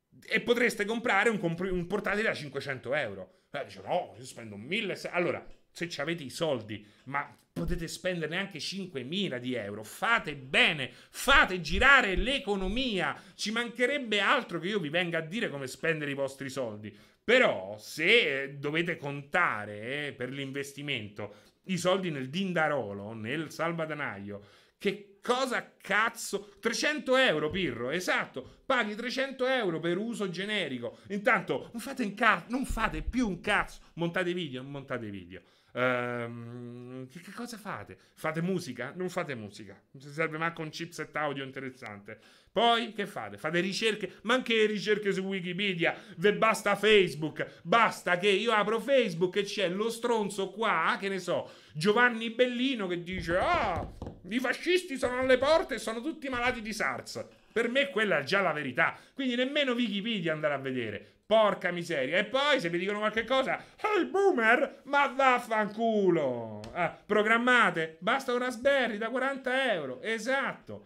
e potreste comprare un, comp- un portatile a cinquecento euro. Eh, dice, no, io spendo mille. Allora, se ci avete i soldi, ma potete spenderne anche cinquemila di euro, fate bene, fate girare l'economia. Ci mancherebbe altro che io vi venga a dire come spendere i vostri soldi. Però se dovete contare eh, per l'investimento i soldi nel dindarolo, nel salvadanaio, che cosa cazzo? trecento euro, Pirro, esatto, paghi trecento euro per uso generico. Intanto non fate, un ca- non fate più un cazzo, montate video, montate video. Ehm, che, che cosa fate? Fate musica? Non fate musica. Non si serve manco un chipset audio interessante. Poi che fate? Fate ricerche, ma anche ricerche su Wikipedia. Ve basta Facebook. Basta che io apro Facebook e c'è lo stronzo qua, che ne so, Giovanni Bellino, che dice: ah, i fascisti sono alle porte e sono tutti malati di SARS. Per me quella è già la verità. Quindi nemmeno Wikipedia andare a vedere. Porca miseria. E poi se mi dicono qualche cosa, hey boomer, ma vaffanculo. Ah, programmate, basta un Raspberry da quaranta euro. Esatto.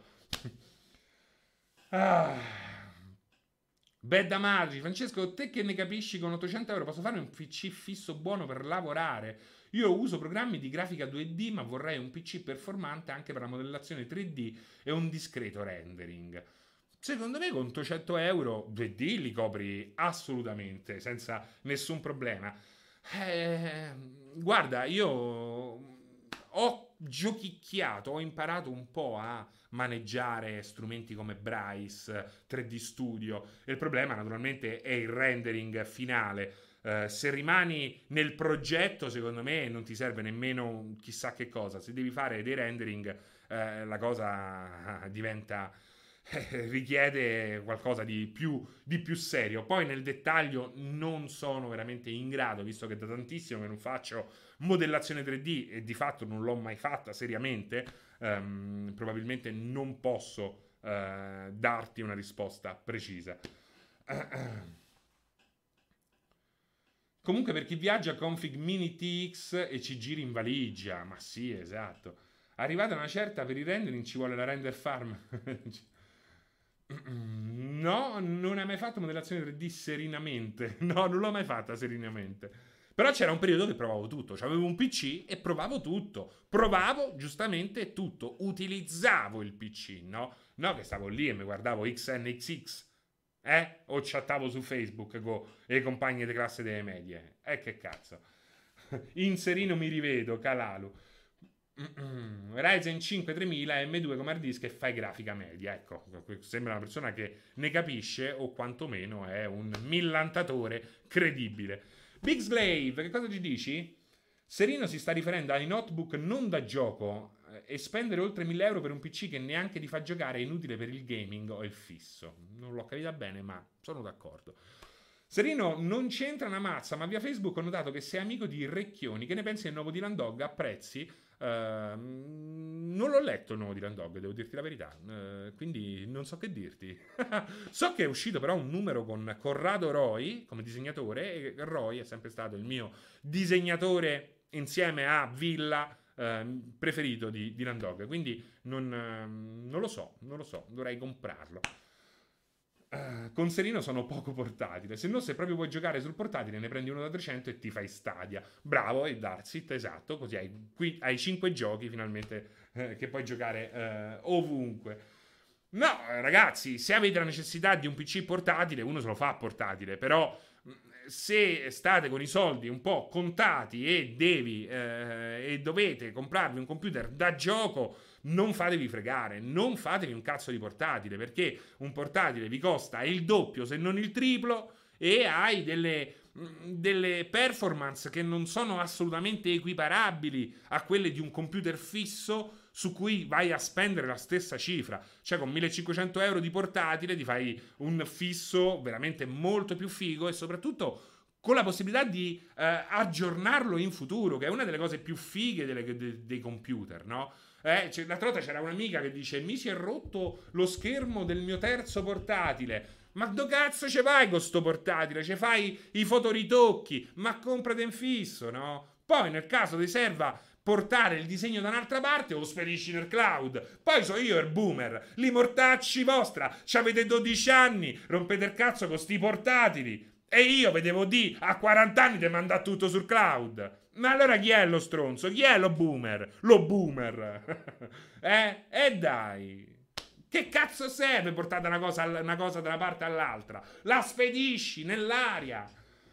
Ah. Bedda Maggi, Francesco, te che ne capisci, con ottocento euro posso fare un P C fisso buono per lavorare? Io uso programmi di grafica due D, ma vorrei un P C performante anche per la modellazione tre D e un discreto rendering. Secondo me con ottocento euro due D li copri assolutamente, senza nessun problema. Eh, guarda, io ho giochicchiato, ho imparato un po' a maneggiare strumenti come Bryce, tre D Studio. Il problema naturalmente è il rendering finale. Uh, se rimani nel progetto, secondo me non ti serve nemmeno chissà che cosa. Se devi fare dei rendering, uh, la cosa uh, diventa eh, richiede qualcosa di più, di più serio. Poi nel dettaglio non sono veramente in grado, visto che da tantissimo che non faccio modellazione tre D e di fatto non l'ho mai fatta seriamente. Um, probabilmente non posso uh, darti una risposta precisa. Comunque per chi viaggia config mini T X e ci giri in valigia. Ma sì, esatto. Arrivata una certa, per i rendering ci vuole la render farm. No, non hai mai fatto modellazione tre D serenamente. No, non l'ho mai fatta serenamente. Però c'era un periodo che provavo tutto. Cioè, avevo un P C e provavo tutto. Provavo giustamente tutto. Utilizzavo il P C, no? No che stavo lì e mi guardavo X N X X. Eh? O chattavo su Facebook con i compagni di classe delle medie. Eh che cazzo. In serino mi rivedo, Calalu. Mm-mm. Ryzen cinque tremila M due come hard disk e fai grafica media. Ecco, sembra una persona che ne capisce o quantomeno è un millantatore credibile. Big Slave, che cosa ci dici? Serino si sta riferendo ai notebook non da gioco e spendere oltre mille euro per un P C che neanche ti fa giocare è inutile per il gaming o il fisso. Non l'ho capita bene, ma sono d'accordo. Serino, non c'entra una mazza, ma via Facebook ho notato che sei amico di Recchioni. Che ne pensi del nuovo Dylan Dog? Apprezzi? Uh, non l'ho letto il nuovo Dylan Dog, devo dirti la verità. Uh, quindi non so che dirti. So che è uscito però un numero con Corrado Roy come disegnatore. E Roy è sempre stato il mio disegnatore insieme a Villa uh, preferito di Dylan Dog. Quindi non, uh, non lo so, non lo so, dovrei comprarlo. Uh, con Serino sono poco portatile. Se no, se proprio vuoi giocare sul portatile, ne prendi uno da trecento e ti fai Stadia. Bravo, e Darsit, esatto. Così hai, qui hai cinque giochi finalmente eh, che puoi giocare eh, ovunque. No, ragazzi, se avete la necessità di un P C portatile, uno se lo fa portatile. Però se state con i soldi un po' contati e devi eh, e dovete comprarvi un computer da gioco, non fatevi fregare, non fatevi un cazzo di portatile, perché un portatile vi costa il doppio se non il triplo e hai delle, delle performance che non sono assolutamente equiparabili a quelle di un computer fisso su cui vai a spendere la stessa cifra. Cioè con millecinquecento euro di portatile ti fai un fisso veramente molto più figo e soprattutto con la possibilità di eh, aggiornarlo in futuro, che è una delle cose più fighe delle, de, dei computer, no? Eh, l'altra volta c'era un'amica che dice: mi si è rotto lo schermo del mio terzo portatile. Ma do cazzo ce vai con sto portatile? Ce fai i fotoritocchi, ma comprate in fisso, no? Poi nel caso ti serva portare il disegno da un'altra parte o lo spedisci nel cloud. Poi so io il boomer, li mortacci vostra, c'avete dodici anni, rompete il cazzo con sti portatili. E io vedevo di a quaranta anni ti manda tutto sul cloud. Ma allora chi è lo stronzo? Chi è lo boomer? Lo boomer. eh? E dai. Che cazzo serve portare una cosa, una cosa da una parte all'altra? La spedisci nell'aria.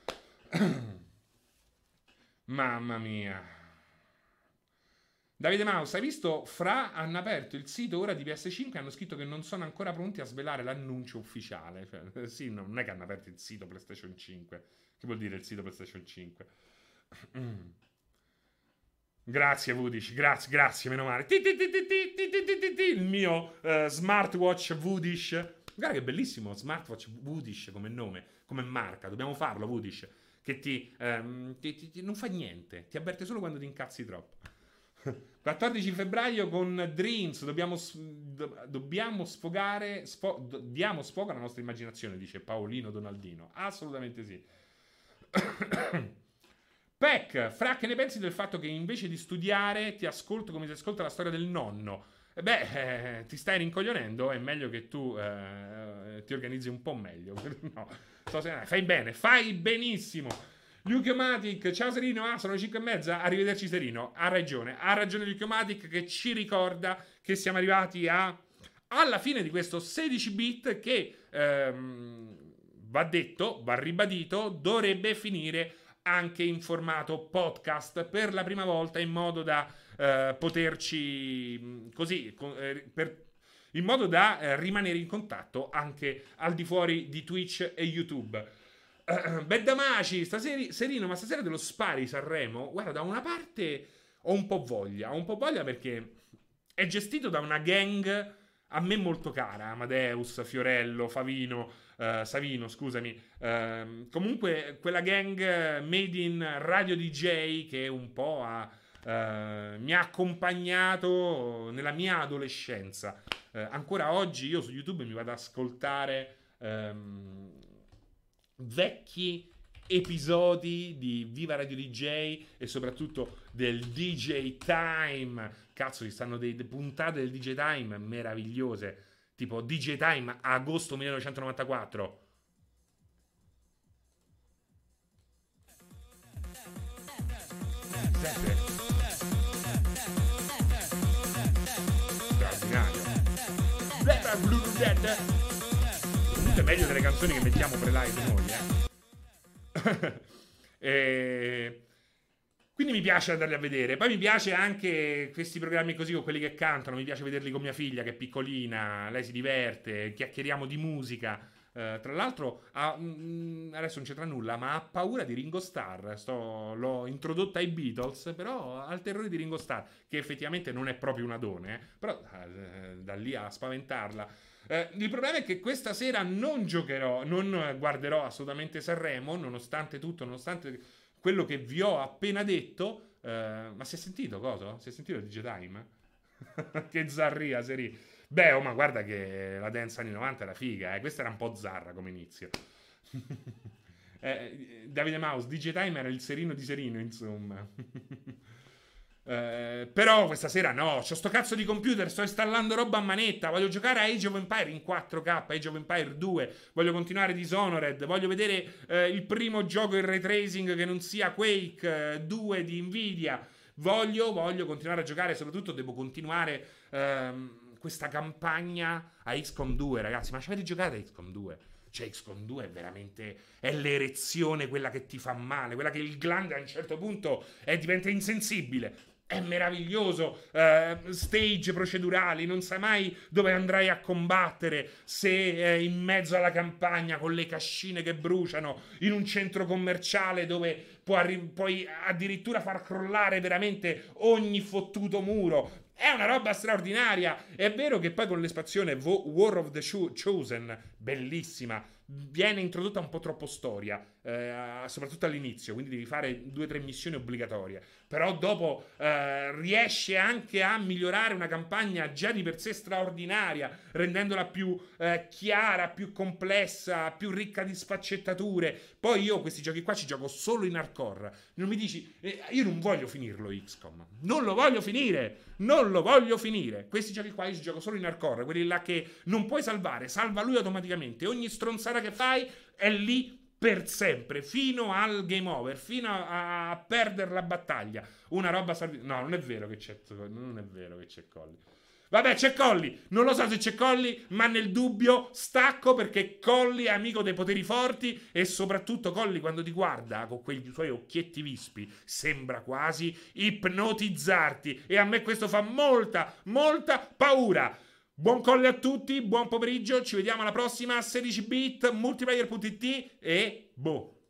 Mamma mia. Davide Maus, hai visto? Fra hanno aperto il sito ora di P S cinque e hanno scritto che non sono ancora pronti a svelare l'annuncio ufficiale. Cioè, sì, no, non è che hanno aperto il sito PlayStation cinque. Che vuol dire il sito PlayStation cinque? Mm. Grazie Vudish, grazie, grazie, meno male. Ti, ti, ti, ti, ti, ti, ti, ti, ti, il mio uh, smartwatch Vudish. Guarda che bellissimo, smartwatch Vudish come nome, come marca. Dobbiamo farlo, Vudish. Che ti, um, ti, ti, ti non fa niente, ti avverte solo quando ti incazzi troppo. quattordici febbraio con Dreams, dobbiamo, do, dobbiamo sfogare, sfo, do, diamo sfogo alla nostra immaginazione, dice Paolino Donaldino. Assolutamente sì. Peck, Fra, che ne pensi del fatto che invece di studiare ti ascolto come si ascolta la storia del nonno? E beh, eh, ti stai rincoglionendo, è meglio che tu eh, ti organizzi un po' meglio. No, so se, fai bene, fai benissimo. Luchiomatic, ciao Serino, ah, sono le cinque e mezza, arrivederci Serino, ha ragione, ha ragione Luchiomatic che ci ricorda che siamo arrivati a, alla fine di questo sedici bit che, ehm, va detto, va ribadito, dovrebbe finire anche in formato podcast per la prima volta in modo da eh, poterci così eh, per, in modo da eh, rimanere in contatto anche al di fuori di Twitch e YouTube. uh, Beddamaci, stasera Serino, ma stasera te lo spari Sanremo? Guarda, da una parte ho un po' voglia ho un po' voglia perché è gestito da una gang a me molto cara, Amadeus, Fiorello, Favino, uh, Savino, scusami. Uh, comunque quella gang made in Radio D J che un po' ha, uh, mi ha accompagnato nella mia adolescenza. Uh, ancora oggi io su YouTube mi vado ad ascoltare um, vecchi episodi di Viva Radio D J e soprattutto del D J Time. Cazzo, ci stanno delle puntate del D J Time meravigliose, tipo D J Time agosto millenovecentonovantaquattro. Sempre straordinario. Tutto è meglio delle canzoni che mettiamo pre-live noi, eh. E quindi mi piace andarli a vedere. Poi mi piace anche questi programmi così con quelli che cantano. Mi piace vederli con mia figlia che è piccolina. Lei si diverte, chiacchieriamo di musica. Uh, tra l'altro ha, mm, adesso non c'entra nulla, ma ha paura di Ringo Starr. Sto, l'ho introdotta ai Beatles, però ha il terrore di Ringo Starr, che effettivamente non è proprio un adone, eh, però uh, da lì a spaventarla. Uh, il problema è che questa sera non giocherò, non guarderò assolutamente Sanremo, nonostante tutto, nonostante quello che vi ho appena detto. Uh, ma si è sentito cosa? Si è sentito il D J Time? Che zarria, Seri. Beh, oh, ma guarda che la dance anni novanta era figa, eh. Questa era un po' zarra come inizio. eh, Davide Maus, D J Time era il Serino di Serino, insomma. eh, però questa sera no, c'ho sto cazzo di computer, sto installando roba a manetta, voglio giocare a Age of Empire in quattro K, Age of Empire due, voglio continuare Dishonored, voglio vedere eh, il primo gioco in ray tracing che non sia Quake eh, due di Nvidia. Voglio, voglio continuare a giocare, soprattutto devo continuare... Ehm, questa campagna a X COM due, ragazzi. Ma ci avete giocato a X COM due? Cioè X COM due è veramente, è l'erezione quella che ti fa male, quella che il glande a un certo punto è, diventa insensibile. È meraviglioso, uh, stage procedurali, non sai mai dove andrai a combattere, se eh, in mezzo alla campagna con le cascine che bruciano, in un centro commerciale dove puoi, arri- puoi addirittura far crollare veramente ogni fottuto muro. È una roba straordinaria. È vero che poi con l'espansione War of the Chosen, bellissima, viene introdotta un po' troppo storia, eh, soprattutto all'inizio, quindi devi fare due o tre missioni obbligatorie. Però dopo eh, riesce anche a migliorare una campagna già di per sé straordinaria, rendendola più eh, chiara, più complessa, più ricca di sfaccettature. Poi io questi giochi qua ci gioco solo in hardcore. Non mi dici, eh, io non voglio finirlo X COM, non lo voglio finire, non lo voglio finire. Questi giochi qua io ci gioco solo in hardcore, quelli là che non puoi salvare, salva lui automaticamente. Ogni stronzata che fai è lì per sempre, fino al game over, fino a, a perdere la battaglia. Una roba salv- no, non è vero che c'è non è vero che c'è Colli. Vabbè, c'è Colli, non lo so se c'è Colli, ma nel dubbio stacco, perché Colli è amico dei poteri forti e soprattutto Colli quando ti guarda con quei suoi occhietti vispi sembra quasi ipnotizzarti e a me questo fa molta, molta paura. Buon Colli a tutti, buon pomeriggio, ci vediamo alla prossima sedici bit multiplayer punto it e boh.